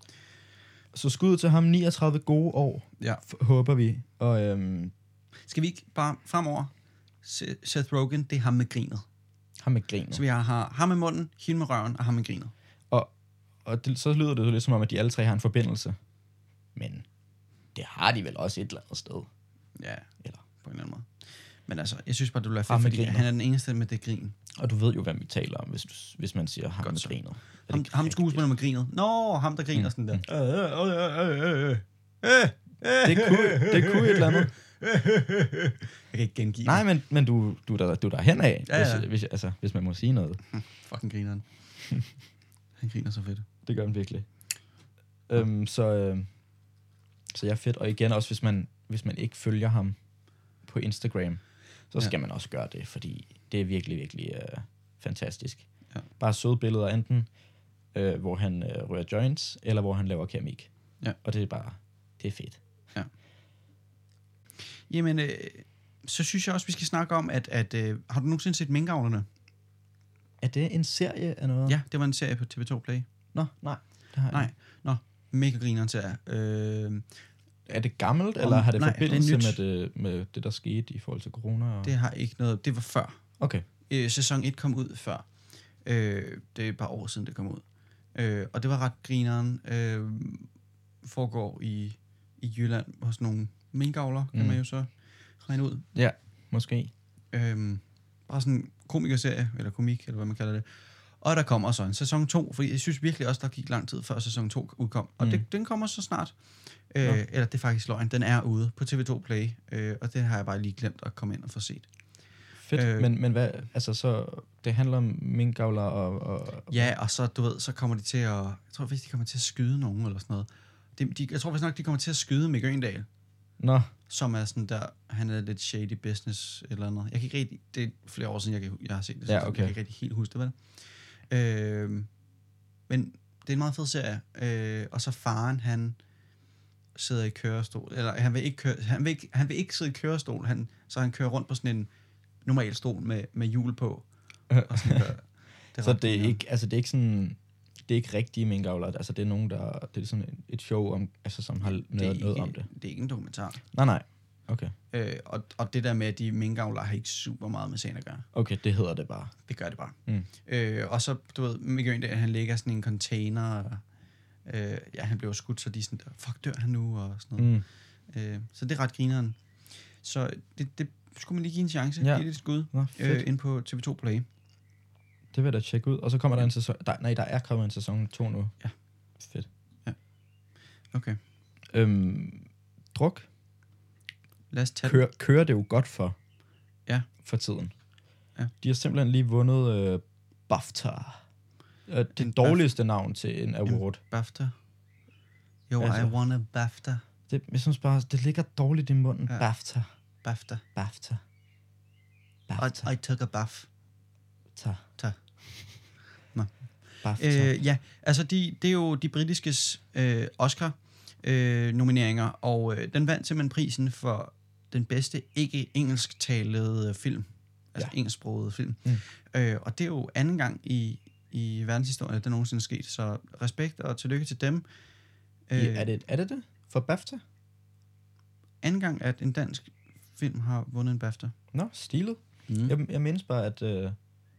Så skud til ham, niogtredive gode år, ja. håber vi. Og... Øhm, skal vi ikke bare fremover, Seth Rogen, det er ham med grinet. Ham med grinet. Så vi har, har ham med munden, hende med røven og ham med grinet. Og, og det, så lyder det jo lidt som om, at de alle tre har en forbindelse. Men det har de vel også et eller andet sted. Ja, eller på en eller anden måde. Men altså, jeg synes bare, du lader fedt, fordi grinet. Han er den eneste med det grin. Og du ved jo, hvem vi taler om, hvis, du, hvis man siger ham Godt med så. grinet. Ham, ham skuespiller med grinet. Nå, ham der griner mm. sådan der. Øh, øh, øh, øh, øh. Det kunne, det kunne et eller andet. Jeg kan ikke gengive Nej, men, men du, du, der, du er der hen af, ja, ja. Hvis, hvis, altså, hvis man må sige noget. Fucking griner han. Han griner så fedt. Det gør han virkelig. Øhm, så, øh, så jeg er fedt. Og igen også, hvis man, hvis man ikke følger ham på Instagram, så skal ja. man også gøre det, fordi det er virkelig, virkelig øh, fantastisk. Ja. Bare søde billeder, enten øh, hvor han øh, rører joints, eller hvor han laver keramik. Ja. Og det er bare, det er fedt. Ja. Jamen, øh, så synes jeg også, vi skal snakke om, at, at øh, har du nogensinde set Minkavlerne? Er det en serie af noget? Ja, det var en serie på T V to Play. Nå, nej. Det har nej, jeg. Nå, mega grineren serie. Øh, er det gammelt, om, eller har det nej, forbindelse det med, det, med det, der skete i forhold til corona? Og... Det har ikke noget, det var før. Okay. Øh, sæson et kom ud før. Øh, det er et par år siden, det kom ud. Øh, og det var ret grineren. Øh, foregår i, i Jylland hos nogle minkavler, kan mm. man jo så regne ud. Ja, måske. Øh, bare sådan en komikerserie, eller komik, eller hvad man kalder det. Og der kommer så en sæson to, for jeg synes virkelig også, der gik lang tid før sæson to udkom. Og mm. det, den kommer så snart. Øh, ja. Eller det er faktisk løgn, den er ude på T V to Play, øh, og det har jeg bare lige glemt at komme ind og få set. Fedt, øh, men, men hvad, altså så, det handler om minkavler og, og... Ja, og så, du ved, så kommer de til at, jeg tror faktisk, de kommer til at skyde nogen eller sådan noget. De, de, jeg tror faktisk nok, de kommer til at skyde Mikke Øgendahl. Nå. som er sådan der, han er lidt shady business eller andet. Jeg kan ikke rigtig, det er flere år siden, jeg, kan, jeg har set det, så Ja, okay. jeg kan ikke rigtig helt huske det, vel? Øh, men det er en meget fed serie. Øh, og så faren, han sidder i kørestol, eller han vil ikke, køre, han vil ikke, han vil ikke sidde i kørestol, han, så han kører rundt på sådan en normal stol med, med hjul på. Og sådan der, det så det er, ikke, altså det er ikke sådan, det er ikke rigtige minkavlere, altså det er nogen, der, det er sådan et show, om, altså, som har noget, ikke, noget om det. Det er ikke en dokumentar. Nej, nej. Okay. Øh, og, og det der med, at de minkavlere har ikke super meget med sagen at gøre. Okay, det hedder det bare. Det gør det bare. Mm. Øh, og så, du ved, Mikke Øgendahl, han ligger sådan i en container, og øh, ja, han bliver skudt, så de er sådan der, fuck, dør han nu, og sådan noget. Mm. Øh, så det er ret grineren. Så det, det skulle man lige give en chance. Ja. Give det et skud. Nå, øh, ind på T V to Play. Det vil jeg da tjekke ud. Og så kommer der en sæson... Der, nej, der er kommet en sæson to nu. Ja. Fedt. Ja. Okay. Øhm, druk. Lad os tage Kør, kører det jo godt for. Ja. For tiden. Ja. De har simpelthen lige vundet øh, BAFTA. Øh, det En dårligste navn til en award. En BAFTA. Jo, Altså. I want a BAFTA. Det, jeg synes bare, det ligger dårligt i munden. Ja. BAFTA. BAFTA. BAFTA. BAFTA. I, I took a bath. Ta. Ta. Nå. BAFTA. Øh, ja, altså de, det er jo de britiskes øh, Oscar-nomineringer, øh, og øh, den vandt simpelthen prisen for den bedste ikke-engelsktalede film. Altså Ja. engelsksprogede film. Mm. Øh, og det er jo anden gang i, i verdenshistorien, at det nogensinde er sket. Så respekt og tillykke til dem. Øh, er, det, er det det? For BAFTA? Anden gang, at en dansk film har vundet en BAFTA. Nå, stilet. Mm. Jeg, jeg mindes bare, at, øh,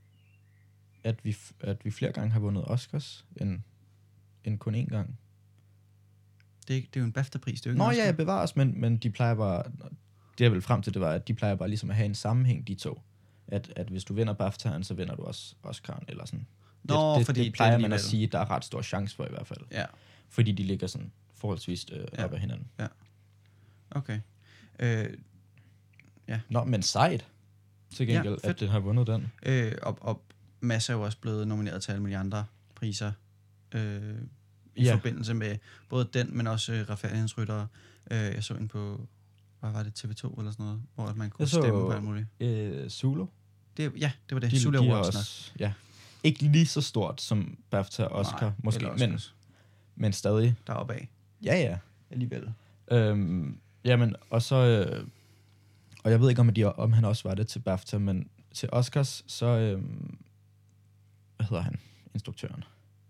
at, vi, at vi flere gange har vundet Oscars, end, end kun én gang. Det, er, det er jo en BAFTA-pris, det er jo ikke Nå en ja, Oscar. jeg bevares, men, men de plejer bare... Det jeg vil frem til, det var, at de plejer bare ligesom at have en sammenhæng, de to. At, at hvis du vinder BAFTA'en, så vinder du også Oscar'en, eller sådan. Nå, det, det, fordi det plejer det man at alligevel- sige, der er ret stor chance for i hvert fald. Ja, Fordi de ligger sådan forholdsvis øh, Ja. op ad hinanden. okay. Øh, Nå, men sejt. Til gengæld, Ja, ja, fedt. at det har vundet den. øh, og, og Mads er jo også blevet nomineret til alle mulige andre priser. Øh, I Ja. forbindelse med både den, men også øh, Retfærdighedsryttere. Øh, jeg så en på, hvad var det, T V to eller sådan noget, hvor at man kunne Jeg så- stemme på alt muligt. Øh, Zulu. Det, ja, det var det. De, Zulu de er Awards nok. også, ja. Ikke lige så stort som BAFTA og Oscar, Nej, måske, eller men, Oscars. men stadig. Deroppe af. Ja, ja. Alligevel. Øhm, jamen, og så... Øh, og jeg ved ikke, om, de, om han også var det til BAFTA, men til Oscars, så... Øh, hvad hedder han? Instruktøren.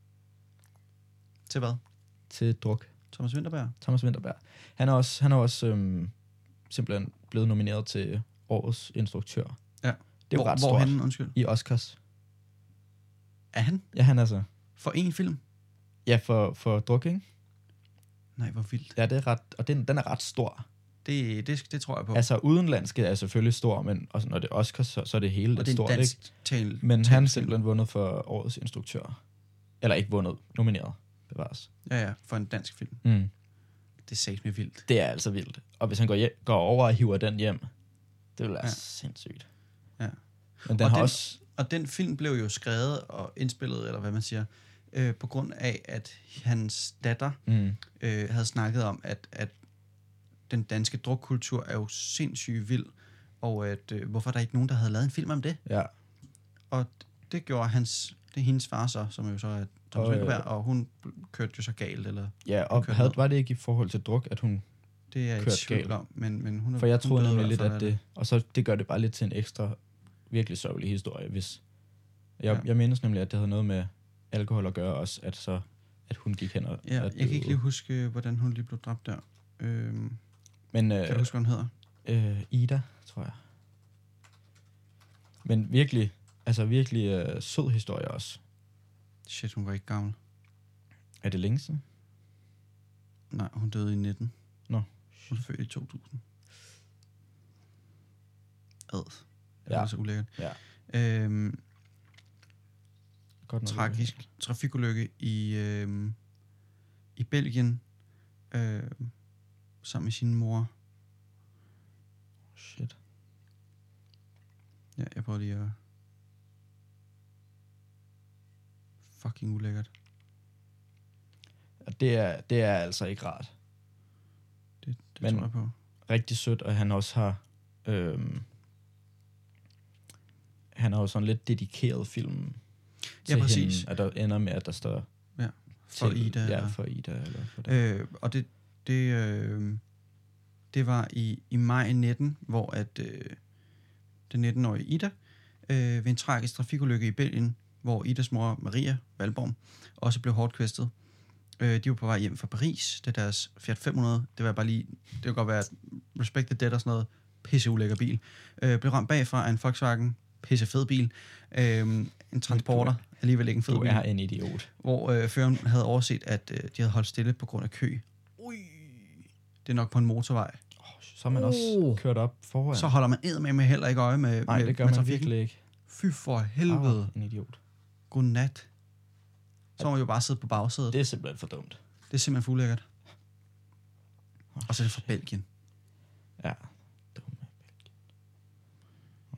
Til hvad? Til druk. Thomas Vinterberg? Thomas Vinterberg. Han er også, han er også øh, simpelthen blevet nomineret til årets instruktør. Ja. Det er jo hvor, ret hvor stort. han, undskyld? I Oscars. Er han? Ja, han er så. For én film? Ja, for, for druk, ikke? Nej, hvor vildt. Ja, det er ret, og den, den er ret stor. Det, det, det tror jeg på. Altså, udenlandske er selvfølgelig stor, men også når det er Oscars, så, så er det hele og lidt det er en stort, dansk ikke? tal, Men tal han er film. simpelthen vundet for årets instruktør. Eller ikke vundet, nomineret. Bevares. Ja, ja, for en dansk film. Mm. Det er sagt med vildt. Det er altså vildt. Og hvis han går, hjem, går over og hiver den hjem, det vil være Ja. ja. sindssygt. Ja. Men den Og har den- også... Og den film blev jo skrevet og indspillet, eller hvad man siger, øh, på grund af, at hans datter Mm. øh, havde snakket om, at, at den danske drukkultur er jo sindssygt vild, og at øh, hvorfor er der ikke nogen, der havde lavet en film om det? Ja. Og det gjorde hans, det er hendes far så, som jo så er Thomas Og, øh, Vinterberg, og hun kørte jo så galt, eller Ja, og kørte havde, ned. var det ikke i forhold til druk, at hun... det er jeg i Kørt tvivl galt. om, men, men hun er For jeg hun troede døde i nemlig hvert lidt, fald at af det... Og så det gør det bare lidt til en ekstra, virkelig sørgelig historie, hvis... Jeg, Ja. ja. jeg mindes nemlig, at det havde noget med alkohol at gøre også, at så at hun gik hen og... Ja, og jeg kan ikke døde. lige huske, hvordan hun lige blev dræbt der. Øhm, Men øh, kan du huske, hvad hun hedder? øh, Ida, tror jeg. Men virkelig, altså virkelig øh, sød historie også. Shit, hun var ikke gammel. Er det længe siden? Nej, hun døde i nitten. Nå. Hun er født i to tusind. Ad. Det Ja. er så ulækkert. Ja. Øhm, Godt nok. tragisk trafikulykke i, øhm, i Belgien. Øhm, sammen med sin mor. Shit. Ja, jeg prøver lige at... Fucking ulækkert. Og det er, det er altså ikke rart. Det, det Men- tror jeg på. rigtig sødt, og han også har... Øhm, han har jo sådan lidt dedikeret film til ja, præcis. hende, at der ender med, at der står... Ja, for til, Ida. Ja, for Ida. Eller for det. Øh, og det, det, øh, det var i, i maj nitten, hvor at øh, den nitten-årige Ida øh, ved en tragisk trafikulykke i Belgien, hvor Idas mor, Maria Valborg, også blev hårdt kvæstet. Øh, de var på vej hjem fra Paris. Det er deres Fiat fem hundrede. Det var bare lige... Det kan godt være, at Respected Dead og sådan noget pisseulækker bil. Øh, blev ramt bagfra af en Volkswagen. Pisse fed bil. Øh, en transporter. Alligevel ikke en fed du bil. er en idiot. Hvor øh, føreren havde overset, at øh, de havde holdt stille på grund af kø. Ui. Det er nok på en motorvej. Oh, så er man oh. også kørt op foran. Så holder man eddermame med heller ikke øje med, Nej, med, det gør med man trafikken. virkelig ikke. Fy for helvede. Oh, en idiot. Godnat. Så må man jo bare sidde på bagsædet. Det er simpelthen for dumt. Det er simpelthen fuldlækkert. Oh, og så er det fra Belgien. Ja. Dumme Belgien. Oh,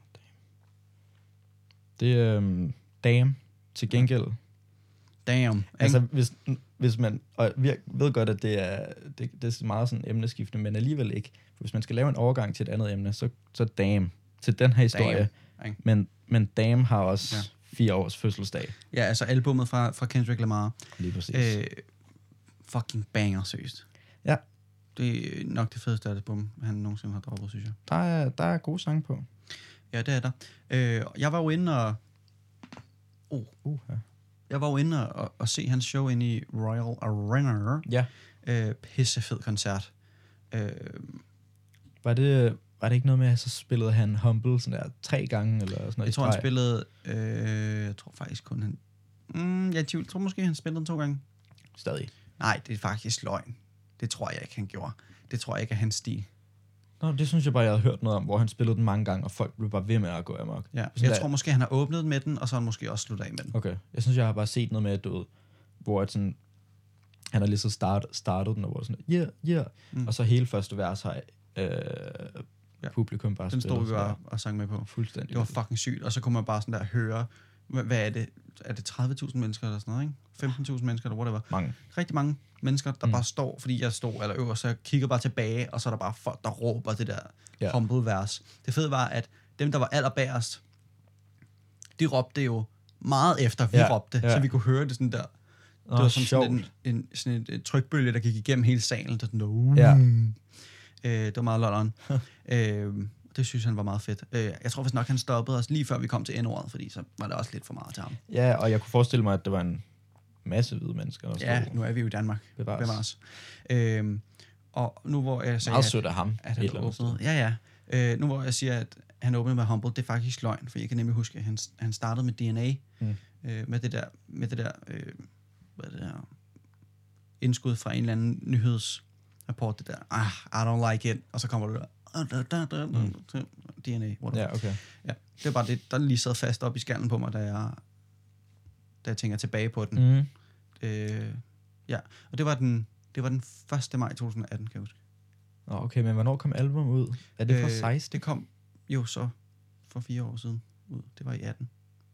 det er øhm, damn til gengæld. Damn. Altså, hvis, hvis man... Og jeg ved godt, at det er, det, det er meget sådan emneskiftende, men alligevel ikke. For hvis man skal lave en overgang til et andet emne, så, så damn til den her historie. Damn. Men, men damn har også... Ja. Fire års fødselsdag. Ja, altså albummet fra, fra Kendrick Lamar. Lige præcis. Øh, fucking banger, seriøst. Ja. Det er nok det fedeste album, han nogensinde har droppet, synes jeg. Der er, der er gode sange på. Ja, det er der. Øh, jeg var jo inde og... Oh. Uh, ja. Jeg var jo inde og, og se hans show inde i Royal Arena. Ja. Øh, pissefed koncert. Øh, var det... Var det ikke noget med, at så spillede han Humble sådan der tre gange, eller sådan noget? Jeg tror, han spillede... Øh, jeg tror faktisk kun han... Mm, jeg tror måske, han spillede den to gange. Stadig? Nej, det er faktisk løgn. Det tror jeg ikke, han gjorde. Det tror jeg ikke er hans stil. Nå, det synes jeg bare, jeg havde hørt noget om, hvor han spillede den mange gange, og folk blev bare ved med at gå amok. Ja, jeg der... tror måske, han har åbnet med den, og så har han måske også sluttet af med den. Okay. Jeg synes, jeg har bare set noget med, at du ved, hvor at sådan, han har lige så start, startet den, og hvor sådan, yeah, yeah. Mm. Og så hele første vers har øh, ja. publikum bare den spillet. Den stod vi bare og sang med på. Fuldstændig. Det var fucking sygt. Og så kunne man bare sådan der høre, hvad, hvad er det? Er det tredive tusind mennesker eller sådan noget, ikke? femten tusind mennesker eller whatever. Mange. Rigtig mange mennesker, der mm. bare står, fordi jeg står eller øver, så jeg kigger bare tilbage, og så er der bare folk, der råber det der ja. humble vers. Det fede var, at dem, der var allerbærest, de råbte jo meget efter, vi ja. råbte, ja. Så vi kunne høre det sådan der. Det oh, var som sådan en, en, sådan en, en trykbølge, der gik igennem hele salen. Der sådan, no. Ja. Øh, det var meget lolleren. øh, det synes han var meget fedt. Øh, jeg tror faktisk nok, han stoppede os lige før vi kom til N-ordet, fordi så var det også lidt for meget til ham. Ja, og jeg kunne forestille mig, at det var en masse hvide mennesker. Der ja, nu er vi jo i Danmark. Bevares. Bevares. Øh, og nu hvor jeg siger, meget sødt af ham. At han åbnede, ja, ja. Øh, nu hvor jeg siger, at han åbnede med Humble, det er faktisk løgn, for jeg kan nemlig huske, at han, han startede med D N A, mm. øh, med det der, med det der, øh, hvad er det der, indskud fra en eller anden nyhedsrapport, det der, ah, I don't like it, og så kommer det der, mm. D N A, whatever. Ja, okay. Ja, det er bare det, der lige sad fast op i skallen på mig, da jeg, da jeg tænker tilbage på den. Mm. Øh, ja, og det var den, det var den første maj to tusind atten, kan jeg huske. Okay, men hvornår kom album ud? Er det fra øh, seksten? Det kom jo så for fire år siden ud. Det var i atten.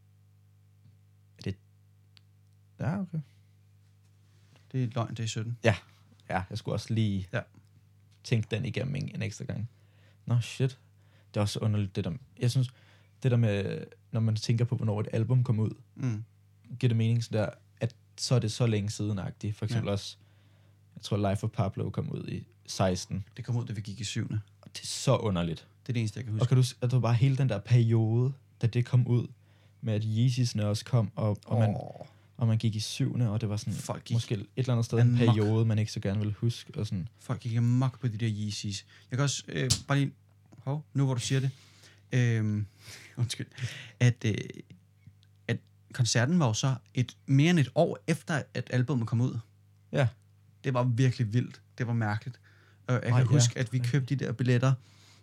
Er det... Ja, okay. Det er løgn, det er sytten. Ja, ja, jeg skulle også lige ja. tænke den igennem en, en ekstra gang. Nå, shit. Det er også underligt, det der... Jeg synes, det der med, når man tænker på, hvornår et album kom ud, mm. giver det mening sådan der, at så er det så længe siden-agtigt. For eksempel ja. også, jeg tror, Life of Pablo kom ud i seksten. Det kom ud, da vi gik i syvende. Og det er så underligt. Det er det eneste, jeg kan huske. Og kan du at det var bare hele den der periode, da det kom ud, med at Yeezys'ne også kom, og, og, oh. man, og man gik i syvende, og det var sådan, folk gik måske et eller andet sted en periode, man ikke så gerne ville huske. Og sådan. Folk gik amok på de der Yeezys. Jeg kan også, øh, bare lige, hov, nu hvor du siger det, øh, undskyld, at, øh, at koncerten var jo så et, mere end et år efter, at albumet kom ud. Ja. Det var virkelig vildt. Det var mærkeligt. Og jeg Ej, kan ja. huske, at vi købte de der billetter.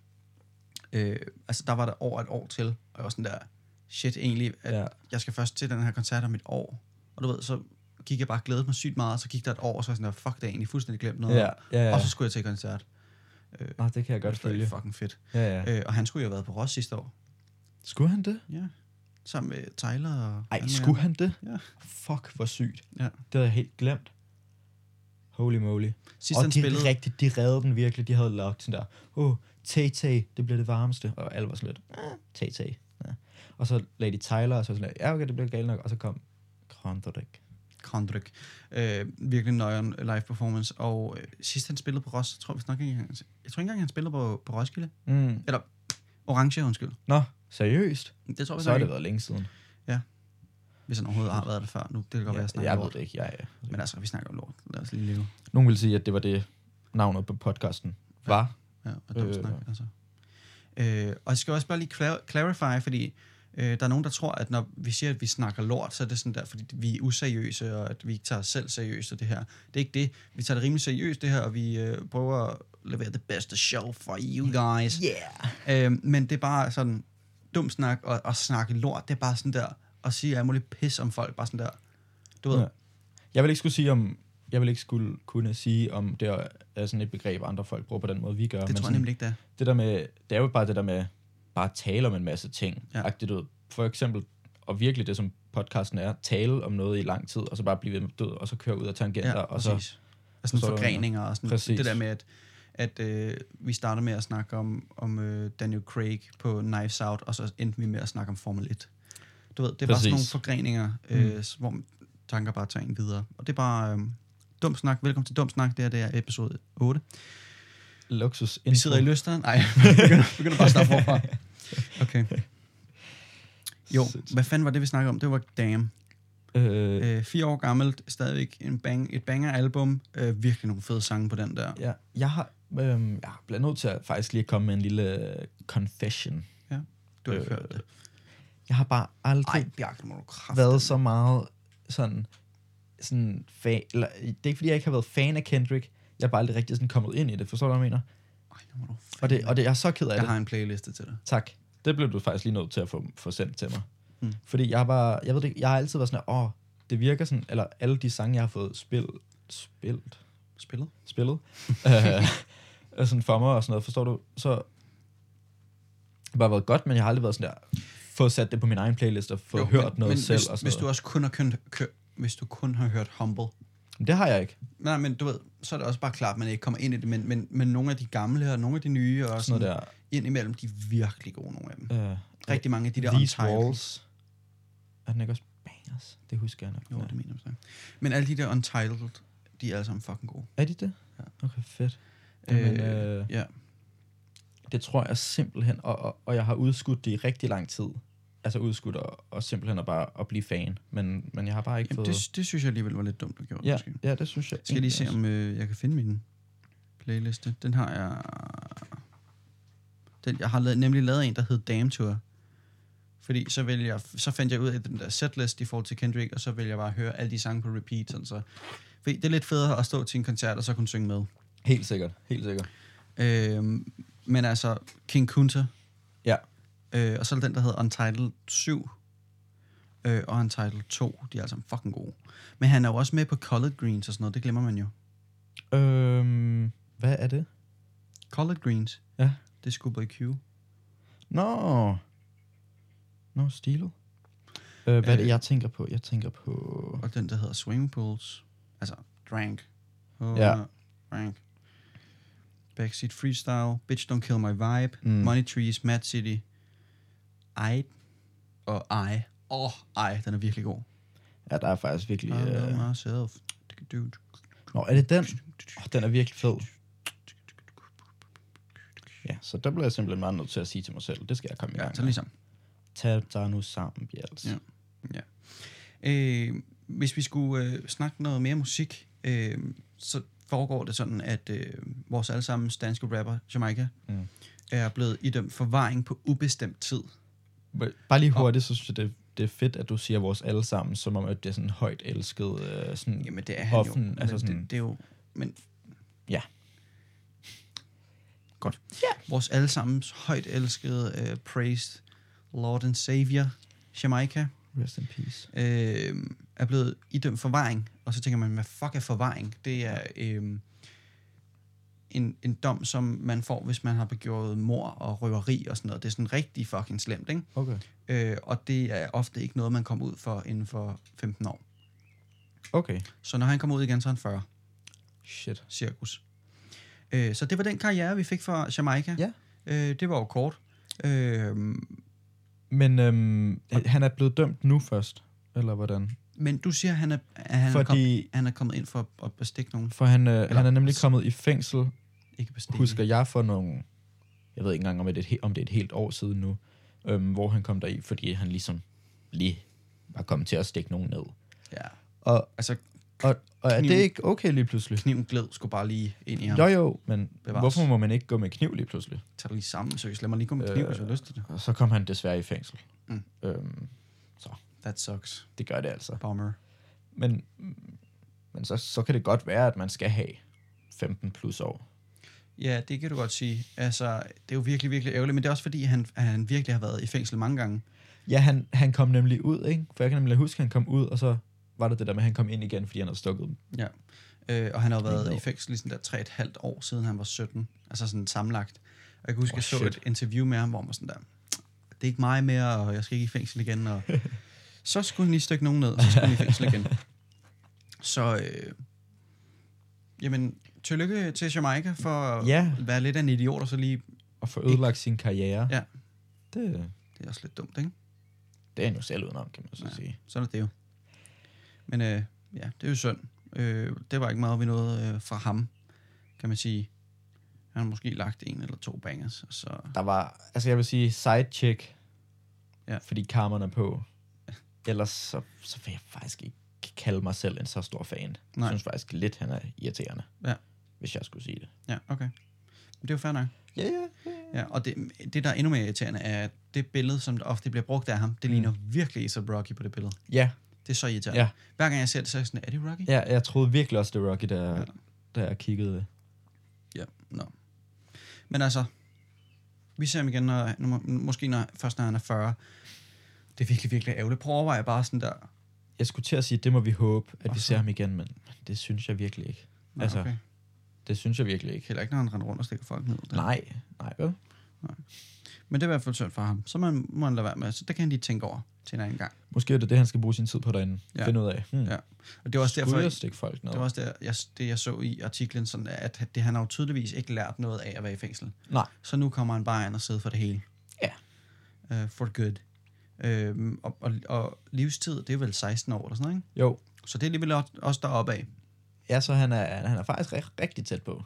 Øh, altså, der var der over et år til. Og jeg var sådan der, shit egentlig, at ja. jeg skal først til den her koncert om et år. Og du ved, så gik jeg bare glædet mig sygt meget, og så gik der et år, og så var jeg sådan der, fuck, det er egentlig fuldstændig glemt noget. Ja, ja, ja. Og så skulle jeg til koncert. Øh, Nå, det kan jeg godt følge. Det er fucking fedt. Ja, ja. Øh, og han skulle jo have været på Ross sidste år. Skulle han det? Ja. Sammen med Tyler og... Ej, skulle han det? Ja. Fuck, hvor sygt. Ja. Det havde jeg helt glemt. Holy moly. Sidst og han de spillede... rigtigt, de reddede den virkelig. De havde lagt sådan der, åh, oh, Tay-Tay, det bliver det varmeste. Og alle var sådan lidt, ah, Tay-Tay. Ja. Og så lagde de Tyler, og så sådan lidt, ja okay, det bliver galt nok. Og så kom Kondrik. Kondrik. Øh, virkelig nøjeren live performance. Og øh, sidst han spillede på Ros, jeg tror jeg nok ikke engang, jeg tror ikke engang, han spillede på, på Roskilde. Mm. Eller Orange, undskyld. Nå, seriøst? Det tror jeg så har det ikke. været længe siden. Ja. Hvis han overhovedet har været det før. Nu, det kan godt Ja, være, jeg snakker jeg lort. ved det ikke, jeg er. Men altså, vi snakker om lort. Lad os lige leve. Nogen vil sige, at det var det navnet på podcasten var. Ja, og dumt Øh. snak, altså. Øh, og jeg skal også bare lige clar- clarify, fordi øh, der er nogen, der tror, at når vi siger, at vi snakker lort, så er det sådan der, fordi vi er useriøse, og at vi ikke tager os selv seriøst, og det her. Det er ikke det. Vi tager det rimelig seriøst, det her, og vi øh, prøver at levere det bedste show for you guys. Yeah! Øh, men det er bare sådan dumt snak, og, og snakke lort, det er bare sådan der, at sige alt muligt pis om folk, bare sådan der. Du ved. Ja. Jeg vil ikke skulle sige om, jeg vil ikke skulle kunne sige, om det er sådan et begreb, andre folk bruger på den måde, vi gør. Det men tror jeg sådan, nemlig ikke, det er. det der med, det er jo bare det der med, bare at tale om en masse ting. Ja. Agtigt ud. For eksempel, og virkelig det, som podcasten er, tale om noget i lang tid, og så bare blive ved med død, og så køre ud af tangenter, Ja, og så... præcis. Og sådan så- forgreninger og sådan. Præcis. Det der med, at, at øh, vi starter med at snakke om, om øh, Daniel Craig på Knives Out, og så endte vi med at snakke om Formel et. Du ved, det er bare sådan nogle Præcis. forgreninger, øh, mm. hvor tanker bare tager en videre. Og det er bare øh, dum snak. Velkommen til Dum Snak. Det her det er episode otte. Luksus Vi sidder i lysteren. Nej, vi begynder, begynder bare at starte forfra. Okay. Jo, hvad fanden var det, vi snakkede om? Det var Damn. Øh, Øh, fire år gammelt, stadigvæk en bang, et banger-album. Øh, virkelig nogle fede sange på den der. ja, jeg har, øh, jeg bliver nødt til at faktisk lige komme med en lille confession. Du har ikke Øh, hørt det. Jeg har bare aldrig Ej, Bjarke, må du kraft. været så meget sådan, sådan fan, eller, det er ikke fordi, jeg ikke har været fan af Kendrick. Jeg er bare aldrig rigtig sådan kommet ind i det, forstår du, hvad jeg mener? Ej, nu må du Og det, og det, jeg er så ked af jeg det. har en playliste til dig. Tak. Det blev du faktisk lige nødt til at få, få sendt til mig. Mm. Fordi jeg har bare, jeg ved det ikke, jeg har altid været sådan, åh, oh, det virker sådan, eller alle de sange, jeg har fået spillet, spillet, Spillet? spillet, øh, er sådan for mig og sådan noget, forstår du? Så det har bare været godt, men jeg har aldrig været sådan der, få sat det på min egen playlist og få Jo, hørt men, noget men selv hvis, og sådan hvis du noget. også kun har kønt, kø, hvis du kun har hørt Humble. Men det har jeg ikke. Nej, men du ved, så er det også bare klart, at man ikke kommer ind i det, men, men, men nogle af de gamle og nogle af de nye, og Sådan sådan noget der. ind imellem, de er virkelig gode, nogle af dem. Øh, Rigtig mange af de der These Untitled. Walls. Er den ikke også bangers? Det husker jeg nok. Jo, Ja. det mener jeg så. Men alle de der Untitled, de er alle sammen fucking gode. Er de det? Ja. Okay, fedt. Jamen, øh, øh, ja. Det tror jeg simpelthen, og, og, og jeg har udskudt det i rigtig lang tid. Altså udskudt og, og simpelthen at bare at blive fan. Men, men jeg har bare ikke Jamen, fået... det, det synes jeg alligevel var lidt dumt at gjort. ja, Måske. ja, det synes jeg. Skal jeg lige se, egentlig om øh, jeg kan finde min playliste. Den har jeg... Den, jeg har lavet, nemlig lavet en, der hed Damn Tour. Fordi så, vil jeg, så fandt jeg ud af den der setlist i forhold til Kendrick, og så vil jeg bare høre alle de sange på repeat. Sådan så. Fordi det er lidt federe at stå til en koncert, og så kunne synge med. også. Helt sikkert, helt sikkert. Øhm, men altså, King Kunta. Ja. Øh, og så er der den, der hedder Untitled syv. Øh, og Untitled to. De er altså fucking gode. Men han er jo også med på Collard Greens og sådan noget. Det glemmer man jo. Øhm, hvad er det? Collard Greens. Ja. Det er Schoolboy Q. Nå. Nå, stilet. Øh, hvad er det, Øh. jeg tænker på? Jeg tænker på... Og den, der hedder Swimming Pools. Altså, Drank. Oh, Ja. Drank. Backseat Freestyle. Bitch Don't Kill My Vibe. Mm. Mm. Money Trees. Mad City. I. Og I. Åh, oh, I. Den er virkelig god. Ja, der er faktisk virkelig... I Øh... love myself. Dude. Nå, er det den? Oh, den er virkelig fed. Ja, så der bliver jeg simpelthen meget nødt til at sige til mig selv, det skal jeg komme i Ja, gang så med. ligesom. Tag dig nu sammen, Bjels. Ja. Ja. Øh, hvis vi skulle øh, snakke noget mere musik, øh, så foregår det sådan, at øh, vores allesammens danske rapper, Jamaica, Mm. er blevet idømt forvaring på ubestemt tid. Bare lige hurtigt, så synes jeg, det, det er fedt, at du siger vores alle sammen, som om, at det er sådan højt elsket, øh, sådan Jamen, det er han offen, jo. altså Men sådan, det, det er jo... Men ja. godt. Ja. Vores allesammens højt elskede, uh, praised Lord and Savior, Jamaica, Rest in peace. øh, er blevet idømt forvaring. Og så tænker man, hvad fuck er forvaring? Det er øh, en, en dom, som man får, hvis man har begået mord og røveri og sådan noget. Det er sådan rigtig fucking slemt, ikke? Okay. Øh, og det er ofte ikke noget, man kommer ud for inden for femten år. Okay. Så når han kommer ud igen, så er han fyrre. Shit. Cirkus. Øh, så det var den karriere, vi fik fra Jamaica. Ja. Øh, det var jo kort. Øh, Men øhm, han er blevet dømt nu først, eller hvordan? men du siger, at han er, at han, Fordi, er kom, han er kommet ind for at bestikke nogen. For han, øh, han er nemlig kommet i fængsel, Ikke bestikke. husker jeg, for nogle... Jeg ved ikke engang, om det er et, om det er et helt år siden nu, øhm, hvor han kom deri, fordi han ligesom lige var kommet til at stikke nogen ned. Ja. Og, Altså, og, og er kniven- det ikke okay lige pludselig? kniven gled skulle bare lige ind i ham. Jo jo, men Bevares. hvorfor må man ikke gå med kniv lige pludselig? Tag dig lige sammen, så lad mig lige gå med kniv, Øh, hvis jeg har lyst til det. Og så kom han desværre i fængsel. Mm. Øhm, That sucks. det gør det altså. Bummer. Men, men så, så kan det godt være, at man skal have femten plus år. Ja, det kan du godt sige. Altså, det er jo virkelig, virkelig ærgerligt, men det er også fordi, han, han virkelig har været i fængsel mange gange. Ja, han, han kom nemlig ud, ikke? For jeg kan nemlig huske, at han kom ud, og så var det det der med, at han kom ind igen, fordi han havde stukket dem. Ja. Øh, og han har jo været Lige i fængsel ligesom der tre et halvt år siden han var sytten. Altså sådan sammenlagt. Og jeg kan huske, Oh, jeg så shit. et interview med ham, hvor man sådan der, det er ikke mig mere, og jeg skal ikke i fængsel igen. Og så skulle han lige stykke nogen ned, og så skulle han i fængsel igen. Så, øh, jamen, tillykke til Jamaica for at Ja. være lidt af en idiot, og så lige, Og få ødelagt sin karriere. Ja. Det, det er også lidt dumt, ikke? det er han jo selv udenom, kan man så Ja. sige. Sådan er det jo. Men øh, ja, det er jo synd. Øh, det var ikke meget, vi nåede øh, fra ham, kan man sige. Han har måske lagt en eller to bangers, og så... Der var, altså jeg vil sige, sidechick, Ja. fordi Carmen er på. Ellers så, så vil jeg faktisk ikke kalde mig selv en så stor fan. Nej. Jeg synes faktisk lidt, han er irriterende. Ja. Hvis jeg skulle sige det. Ja, okay. Men det er jo fair nok. Ja, ja, ja. Ja, og det, det, der er endnu mere irriterende, er, at det billede, som ofte bliver brugt af ham, det Mm. ligner virkelig A$AP Rocky på det billede. Ja, Det er så irriterende. ja. Hver gang jeg ser det, så er jeg sådan, er det Rocky? ja, jeg troede virkelig også, det var Rocky, der, Ja. der jeg kiggede det. Ja, nå. No. Men altså, vi ser ham igen, når, når, måske når, først når han er fyrre. Det er virkelig, virkelig ærgerligt. Prøv at overveje bare sådan der. Jeg skulle til at sige, det må vi håbe, at Og vi så- ser ham igen, men det synes jeg virkelig ikke. Nå, Altså, okay. Det synes jeg virkelig ikke. Heller ikke, når han render rundt og stikker folk ned. Der. Nej, nej vel? Men det er i hvert fald synd for ham. Så man, må han lade være med. Så det kan han lige tænke over til en anden gang. Måske er det det, han skal bruge sin tid på derinde. Ja. Ja. Finde ud af. Hmm. Ja. Og det var også Skulle derfor, jeg stikke folk ned? det var også der, jeg, det, jeg så i artiklen, sådan at det, han har jo tydeligvis ikke lært noget af at være i fængsel. Nej. Så nu kommer han bare ind og sidder for det hele. Ja. Uh, for good. Uh, og, og, og livstid, det er vel seksten år eller sådan noget, ikke? Jo. Så det er alligevel også- også deroppe af. Ja, så han er, han er faktisk rig- rigtig tæt på.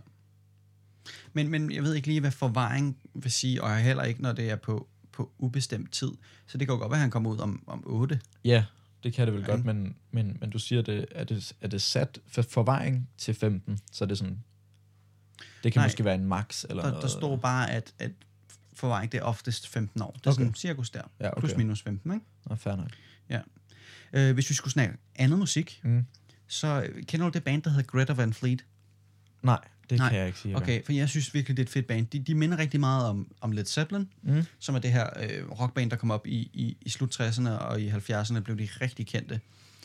Men, men jeg ved ikke lige, hvad forvaring vil sige, og heller ikke, når det er på, på ubestemt tid. Så det kan jo godt være, at han kommer ud om, om otte. Ja, det kan det vel Ja, godt, ikke? men, men, men du siger, det, er, det, er det sat for forvaring til femten, så er det sådan... Det kan Nej. måske være en max eller Der, noget. der står bare, at, at forvaring, det er oftest femten år. Det er Okay. sådan cirkus der. Ja, okay. Plus minus femten, ikke? Nå, fair nok. Uh, hvis vi skulle snakke andet musik, Mm. så øh, kender du det band, der hedder Greta Van Fleet? Nej, det Nej. kan jeg ikke sige. Okay, for jeg synes virkelig, det er et fedt band. De, de minder rigtig meget om, om Led Zeppelin, Mm. som er det her øh, rockband, der kom op i, i, i slut tresserne, og i halvfjerdserne blev de rigtig kendte.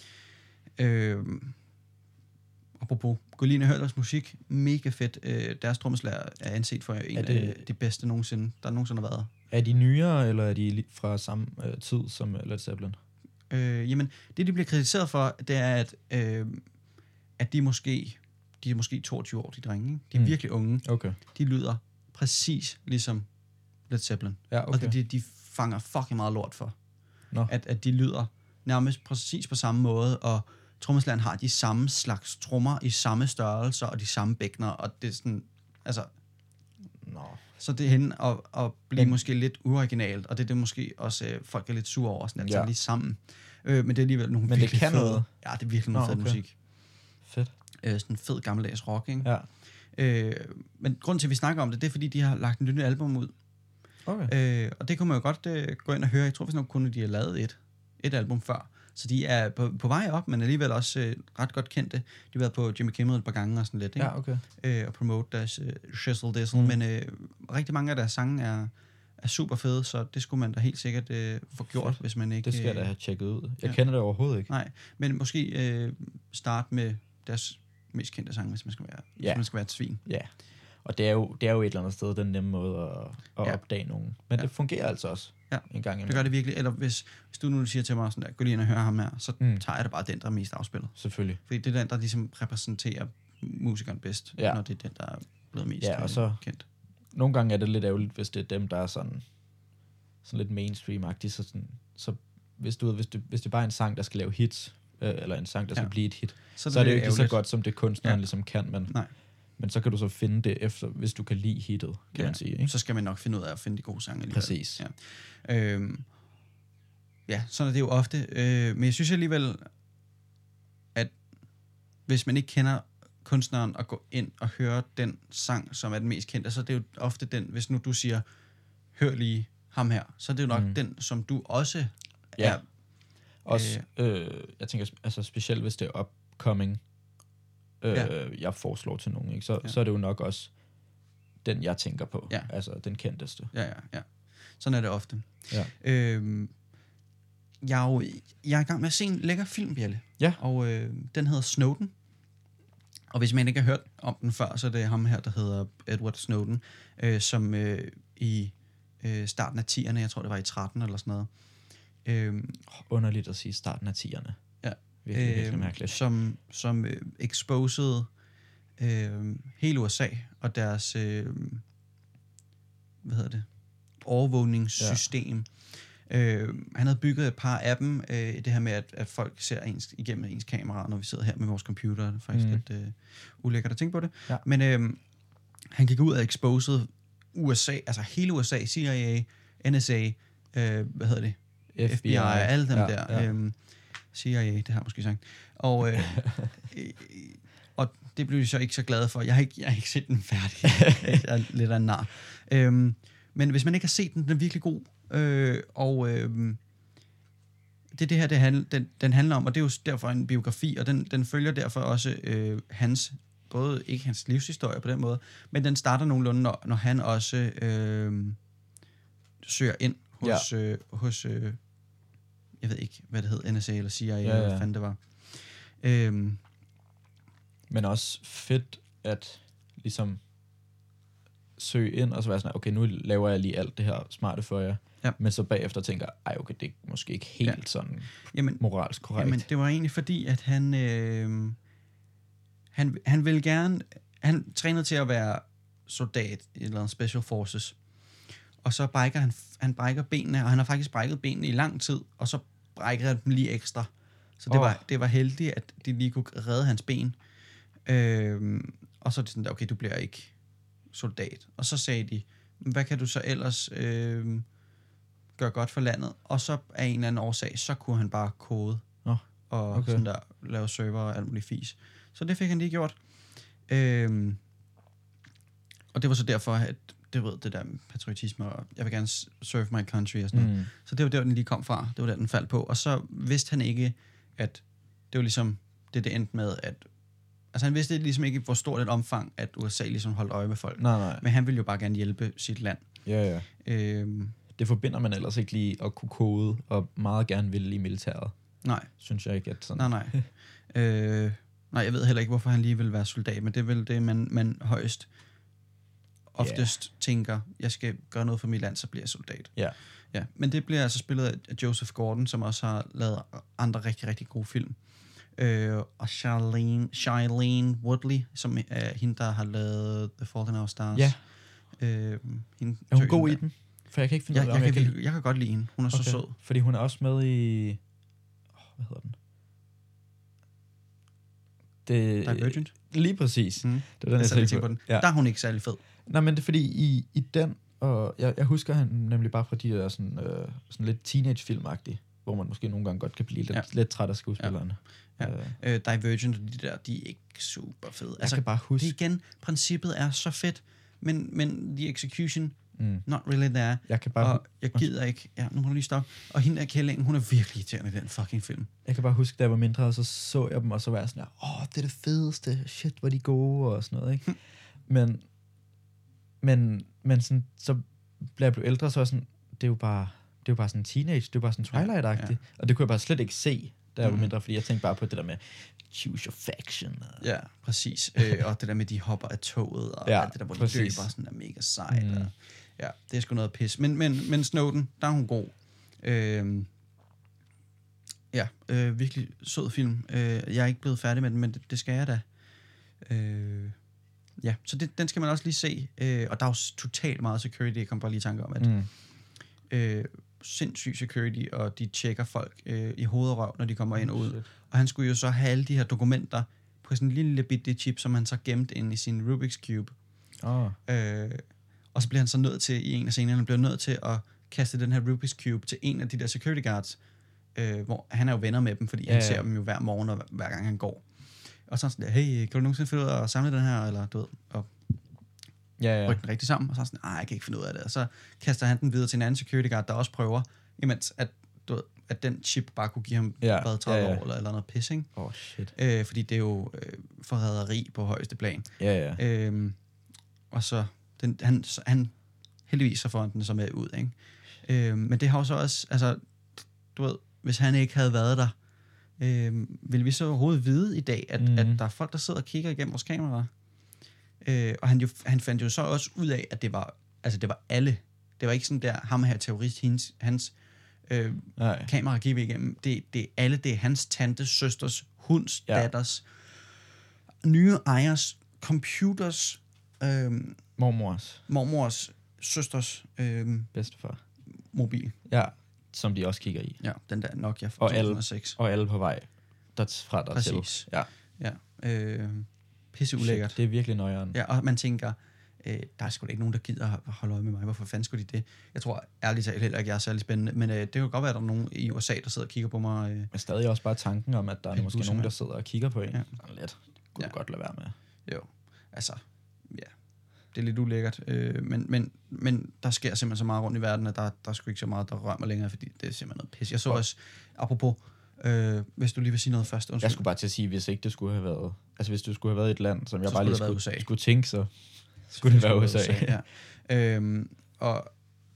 Øh, apropos, gå lige ind og hør deres musik. Mega fedt. Øh, deres trommeslager er anset for en Er det... det- af de bedste nogensinde, der nogensinde har været. Er de nyere, eller er de li- fra samme øh, tid som øh, Led Zeppelin? Øh, jamen, det de bliver kritiseret for, det er, at, øh, at de måske, de er måske toogtyve år, de drenge. Ikke? De er mm. Mm. virkelig unge. Okay. De lyder præcis ligesom Led Zeppelin. Ja, Okay. okay. Og det, de, de fanger fucking meget lort for. Nå. At, at de lyder nærmest præcis på samme måde, og trommeslageren har de samme slags trommer i samme størrelser, og de samme bækkener, og det er sådan, altså, Nå. så det er henne at, at blive Men- måske lidt uoriginalt, og det er det måske også, øh, folk er lidt sure over, sådan at Ja. ja. lige sammen. Øh, men det er alligevel nogle Men det virkelig kan fede, noget. Ja, det er virkelig noget Nå, fed okay. musik. Fedt. Øh, sådan fed gammeldags rock, ikke? Ja. Øh, men grunden til, at vi snakker om det, det er, fordi de har lagt en nyt album ud. Okay. Øh, og det kunne man jo godt øh, gå ind og høre. Jeg tror, hvis nok kun de har lavet et, et album før. Så de er på, på vej op, men alligevel også øh, ret godt kendte. De har været på Jimmy Kimmel et par gange og sådan lidt, ikke? Ja, okay. Øh, og promote deres øh, shizzle dizzle. Mm. Mm. Men øh, rigtig mange af deres sange er, er super fede, så det skulle man da helt sikkert øh, få gjort, Fedt. hvis man ikke... Det skal jeg da øh, have tjekket ud. Jeg ja. kender det overhovedet ikke. Nej, men måske øh, starte med deres mest kendte sang, hvis man skal være, ja. Ja. hvis man skal være et svin. Ja. Og det er, jo, det er jo et eller andet sted den nemme måde at, at Ja. opdage nogen. Men Ja. det fungerer altså også Ja. en gang imellem. Det gør det virkelig. Eller hvis, hvis du nu siger til mig sådan der, gå lige ind og høre ham her, så Mm. mm. tager jeg det bare den, der er mest afspillet. Selvfølgelig. Fordi det er den, der ligesom repræsenterer musikeren bedst, ja. når det er den, der er blevet mest ja, og så, kendt. Nogle gange er det lidt ærgerligt, hvis det er dem, der er sådan, sådan lidt mainstream-agtige. Så, sådan, så hvis, du, hvis, du, hvis det bare er en sang, der skal lave hits, øh, eller en sang, der skal ja. blive et hit, så, så er det jo ikke ærgerligt. Så godt, som det kunstneren ja. ligesom kan. Men, Nej. men så kan du så finde det efter, hvis du kan lide hittet, kan ja. man sige. Ikke? Så skal man nok finde ud af at finde de gode sange alligevel. Præcis. Ja, øhm, ja sådan er det jo ofte. Øh, men jeg synes alligevel, at hvis man ikke kender kunstneren og gå ind og høre den sang, som er den mest kendte, så er det jo ofte den, hvis nu du siger, hør lige ham her, så er det jo nok mm. den, som du også ja. er. Også, øh, jeg tænker, altså specielt hvis det er upcoming, øh, ja. jeg foreslår til nogen, ikke? Så, ja. så er det jo nok også den, jeg tænker på. Ja. Altså den kendteste. Ja, ja, ja. Sådan er det ofte. Ja. Øhm, jeg, er jo, jeg er i gang med at se en lækker film, Bjelle. Ja. Og øh, den hedder Snowden. Og hvis man ikke har hørt om den før, så er det ham her, der hedder Edward Snowden, øh, som øh, i øh, starten af tierne, jeg tror det var i tretten eller sådan noget. Øh, Underligt at sige starten af tierne. Ja. Virkelig, øh, virkelig mærkeligt. Som, som øh, exposede øh, hele U S A og deres øh, hvad hedder det? overvågningssystem. Ja. Øh, han havde bygget et par af dem, øh, det her med, at, at folk ser ens, igennem ens kamera, når vi sidder her med vores computer. Det er faktisk mm. lidt øh, ulækkert at tænke på det. Ja. Men øh, han gik ud og exposede U S A, altså hele U S A, C I A, N S A, øh, hvad hedder det? F B I, alle dem ja, der. Ja. Øhm, C I A, det har jeg måske sagt. Og, øh, øh, og det blev de så ikke så glade for. Jeg har ikke, jeg har ikke set den færdig. Jeg er lidt af en nar. Øhm, men hvis man ikke har set den, den er virkelig god. Øh, og øh, det er det her, det handl, den, den handler om, og det er jo derfor en biografi, og den, den følger derfor også øh, hans, både ikke hans livshistorie på den måde, men den starter nogenlunde, når, når han også øh, søger ind hos, ja. øh, hos øh, jeg ved ikke, hvad det hed, N S A eller C I A, ja, ja. Eller hvad fanden det var. Øhm. Men også fedt at ligesom søge ind, og så være sådan, okay, nu laver jeg lige alt det her smarte for jer, ja. Men så bagefter tænker, ej okay, det er måske ikke helt ja. sådan jamen, moralsk korrekt. Jamen, det var egentlig fordi, at han, øh, han, han ville gerne, han trænede til at være soldat i eller andet Special Forces, og så brækker han, han brækker benene, og han har faktisk brækket benene i lang tid, og så brækker han dem lige ekstra. Så det, oh. var, det var heldigt, at de lige kunne redde hans ben. Øhm, og så er det sådan, okay, du bliver ikke soldat. Og så sagde de, hvad kan du så ellers øh, gøre godt for landet? Og så af en eller anden årsag, så kunne han bare kode oh. og okay. sådan der, lave server og alt muligt fis. Så det fik han lige gjort. Øhm, og det var så derfor, at det ved det der med patriotisme, og jeg vil gerne serve my country og sådan noget. Mm. Så det var der, den lige kom fra. Det var der, den faldt på. Og så vidste han ikke, at det var ligesom, det det endte med, at altså han vidste ligesom ikke, hvor stort et omfang, at U S A ligesom holdt øje med folk. Nej, nej. Men han ville jo bare gerne hjælpe sit land. Ja, ja. Øhm, det forbinder man ellers ikke lige at kunne kode, og meget gerne ville i militæret. Nej. Synes jeg ikke, at sådan... Nej, nej. øh, nej, jeg ved heller ikke, hvorfor han lige vil være soldat, men det er vel det, man, man højst oftest yeah. tænker, jeg skal gøre noget for mit land, så bliver jeg soldat. Ja. Ja, men det bliver altså spillet af Joseph Gordon, som også har lavet andre rigtig, rigtig gode film. Øh, og Shailene, Shailene Woodley, som er hende, der har lavet The Fault in Our Stars. Ja. Øh, hende, er hun god i den? For jeg kan ikke finde ja, ud af, jeg, jeg, jeg, kan, jeg kan godt lide hende. Hun er okay. så sød. Fordi hun er også med i... Oh, hvad hedder den? Det... Divergent? Lige præcis. Mm. Det var den, jeg tænkte på. på den. Ja. Der er hun ikke særlig fed. Nej, men det er fordi, i, i den... Og jeg, jeg husker han nemlig bare fra de der sådan, øh, sådan lidt teenage-filmagtige, hvor man måske nogle gange godt kan blive lidt, ja. lidt træt af skuespillerne. Ja. Ja. Uh, Divergent og de der, de er ikke super fede. Jeg altså, kan bare huske... Det igen, princippet er så fedt, men, men the execution, mm. not really there. Jeg kan bare... Og jeg gider ikke... Ja, nu må du lige stoppe. Og hende der Kælling, hun er virkelig irriterende i den fucking film. Jeg kan bare huske, da jeg var mindre, og så så jeg dem, og så var jeg sådan der, åh, oh, det er det fedeste, shit, hvor de gode, og sådan noget, ikke? men, men, men sådan, så da jeg blev ældre, så var sådan, det er jo bare, det er jo bare sådan teenage, det er jo bare sådan Twilight-agtigt. Ja, ja. Og det kunne jeg bare slet ikke se, da jeg var mindre, fordi jeg tænkte bare på det der med choose your faction. Og... Ja, præcis. øh, og det der med, de hopper af toget, og ja, alt det der, hvor de løber sådan der mega sejt. Mm. Og, ja, det er sgu noget pis. Men, men, men Snowden, der er hun god. Øh, ja, øh, virkelig sød film. Øh, jeg er ikke blevet færdig med den, men det, det skal jeg da. Øh, ja, så det, den skal man også lige se. Øh, og der er jo totalt meget security, jeg kom bare lige i tanke om, at Mm. øh, sindssyg security, og de tjekker folk øh, i hoved og røv, når de kommer ind og ud. Shit. Og han skulle jo så have alle de her dokumenter på sådan en lille bitte chip, som han så gemte ind i sin Rubik's Cube. Oh. Øh, og så bliver han så nødt til, i en af scenerne, han bliver nødt til at kaste den her Rubik's Cube til en af de der security guards, øh, hvor han er jo venner med dem, fordi ja, han ser ja. dem jo hver morgen og hver gang han går. Og så sådan der, hey, kan du nogensinde finde ud af at samle den her, eller du ved, og Ja, ja. rykke den rigtig sammen, og så sådan, nej, jeg kan ikke finde ud af det. Og så kaster han den videre til en anden security guard, der også prøver, imens at, du ved, at den chip bare kunne give ham Ja, hvad, tredive ja, ja. år, eller, eller noget pis, ikke? Åh, oh, shit. Øh, fordi det er jo øh, forræderi på højeste plan. Ja, ja. Øhm, og så, den, han, så han, heldigvis så får han den så med ud, ikke? Øhm, men det har jo så også, altså, du ved, hvis han ikke havde været der, øhm, vil vi så overhovedet vide i dag, at, Mhm. at der er folk, der sidder og kigger igennem vores kameraer? Øh, og han, jo, han fandt jo så også ud af, at det var, altså det var alle. Det var ikke sådan der, ham her terrorist, hans, hans øh, Nej. kamera gik vi igennem. Det, det er alle, det er hans tantes, søsters, hunds, Ja. ja. datters, nye ejers, computers, øh, Mormors mormors, søsters øh, bedstefar. mobil. Ja, som de også kigger i. Ja, den der Nokia fra Og to alle. tusind og seks. Og alle på vej derfra der Præcis. til. Ja. Ja, øh, pisse ulækkert. Shit, det er virkelig nøjeren. Ja, og man tænker, øh, der er sgu da ikke nogen, der gider at holde øje med mig. Hvorfor fanden skulle de det? Jeg tror ærligt talt heller ikke, jeg er særlig spændende. Men øh, det kan godt være, at der er nogen i U S A, der sidder og kigger på mig. Øh. Men stadig også bare tanken om, at der er En måske busser, nogen, mand. der sidder og kigger på en. Ja. Ja. Lidt. Kunne Ja. du godt lade være med. Jo, altså, ja. Det er lidt ulækkert. Øh, men, men, men der sker simpelthen så meget rundt i verden, at der, der er sgu ikke så meget, der rører mig længere, fordi det er simpelthen noget pis. Jeg så også, apropos, øh, hvis du lige vil sige noget først. Undskyld. Jeg skulle bare til at sige, hvis ikke det skulle have været... Altså, hvis du skulle have været i et land, som jeg Så bare skulle lige det have skulle, været U S A. skulle tænke, så skulle det være U S A. ja. øhm, og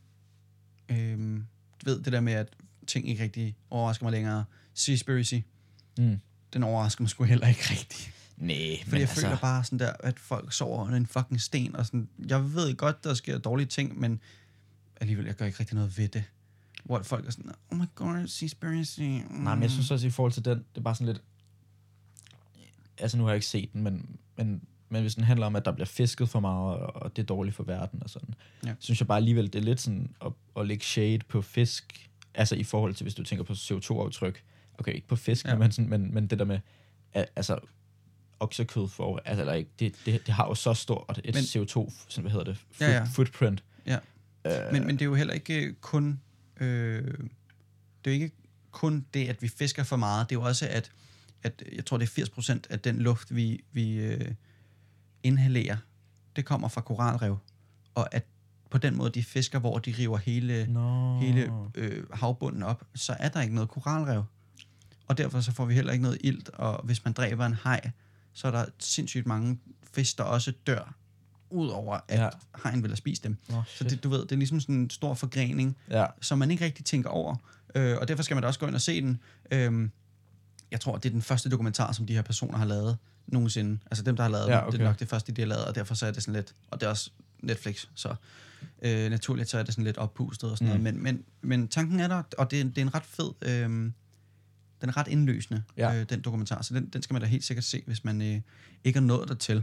øhm, du ved det der med, at ting ikke rigtig overrasker mig længere. Seaspiracy, Mm. den overrasker mig sgu heller ikke rigtig. Nej, Fordi men jeg altså... føler bare sådan der, at folk sover under en fucking sten, og sådan, jeg ved godt, der sker dårlige ting, men alligevel, jeg gør ikke rigtig noget ved det. Hvor folk er sådan, oh my god, Seaspiracy. Mm. Nej, men jeg synes også, i forhold til den, det er bare sådan lidt... Altså, nu har jeg ikke set den, men, men, men hvis den handler om, at der bliver fisket for meget, og det er dårligt for verden og sådan, Ja. synes jeg bare alligevel, det er lidt sådan at, at lægge shade på fisk, altså i forhold til, hvis du tænker på C O to aftryk. Okay, ikke på fisk, Ja. men, sådan, men, men det der med, at, altså, oksekød for, altså, eller ikke, det, det, det har jo så stort et Men- C O to, sådan, hvad hedder det, foot, Ja, ja. footprint. Ja. Øh, Men, men det er jo heller ikke kun øh, det er jo ikke kun det, at vi fisker for meget. Det er jo også, at, at jeg tror, det er firs procent af den luft, vi, vi øh, inhalerer, det kommer fra koralrev. Og at på den måde, de fisker, hvor de river hele, Nå. hele øh, havbunden op, så er der ikke noget koralrev. Og derfor så får vi heller ikke noget ilt. Og hvis man dræber en haj, så er der sindssygt mange fisk, der også dør, udover at Ja. ja. hajen vil have spist dem. Nå, Så det, du ved, det er ligesom sådan en stor forgrening, ja. som man ikke rigtig tænker over. Øh, og derfor skal man da også gå ind og se den. Øh, jeg tror, det er den første dokumentar, som de her personer har lavet nogensinde. Altså dem, der har lavet Ja, den, okay. det er nok det første, de har lavet, og derfor så er det sådan lidt, og det er også Netflix, så øh, naturligt så er det sådan lidt oppustet og sådan Mm. noget. Men, men, men tanken er der, og det er, det er en ret fed, øh, den er ret indløsende, Ja. øh, den dokumentar, så den, den skal man da helt sikkert se, hvis man øh, ikke har nået dertil.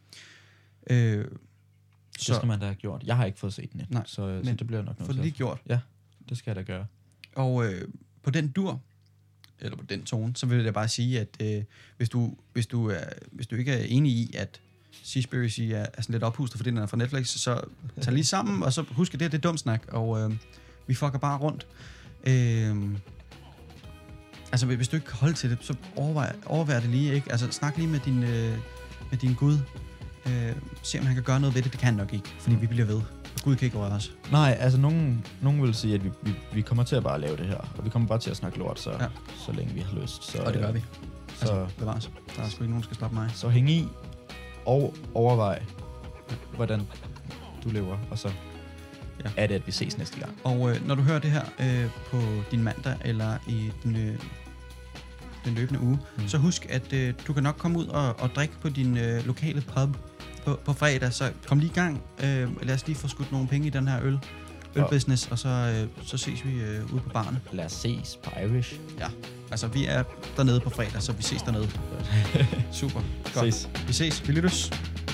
Øh, Det skal man da have gjort. Jeg har ikke fået set den endnu, Nej, så, så men det bliver jeg nok få nødt det til. lige gjort. Det skal jeg da gøre. Og øh, på den dur, eller på den tone, så vil jeg bare sige, at øh, hvis, du, hvis, du er, hvis du ikke er enig i, at Seaspiracy er, er sådan lidt ophustet, fordi den er fra Netflix, så tag lige sammen, og så husk, at det, det er dumt snak, og øh, vi fucker bare rundt. Øh, altså, hvis du ikke kan holde til det, så overvej, overvej det lige, ikke? Altså, snak lige med din, øh, med din Gud. Øh, se, om han kan gøre noget ved det. Det kan han nok ikke, fordi Mm. vi bliver ved. Og Gud kan ikke røre os. Nej, altså nogen, nogen vil sige, at vi, vi, vi kommer til at bare lave det her, og vi kommer bare til at snakke lort, så, Ja. ja. så længe vi har lyst. Så, Og det gør vi. Så, Altså, bevares. Der er sgu ikke nogen, der skal stoppe mig. så hæng i og overvej, hvordan du lever, og så Ja. er det, at vi ses næste gang. Og øh, når du hører det her øh, på din mandag eller i den, øh, den løbende uge, Mm. mm. så husk, at øh, du kan nok komme ud og, og drikke på din øh, lokale pub på, på fredag. Så kom lige i gang. Øh, lad os lige få skudt nogle penge i den her øl. ølbusiness, og så, øh, så ses vi øh, ude på baren. Lad os ses på Irish. Ja, altså vi er dernede på fredag, så vi ses dernede. Super. Godt. Ses. Vi ses. Vi lyttes.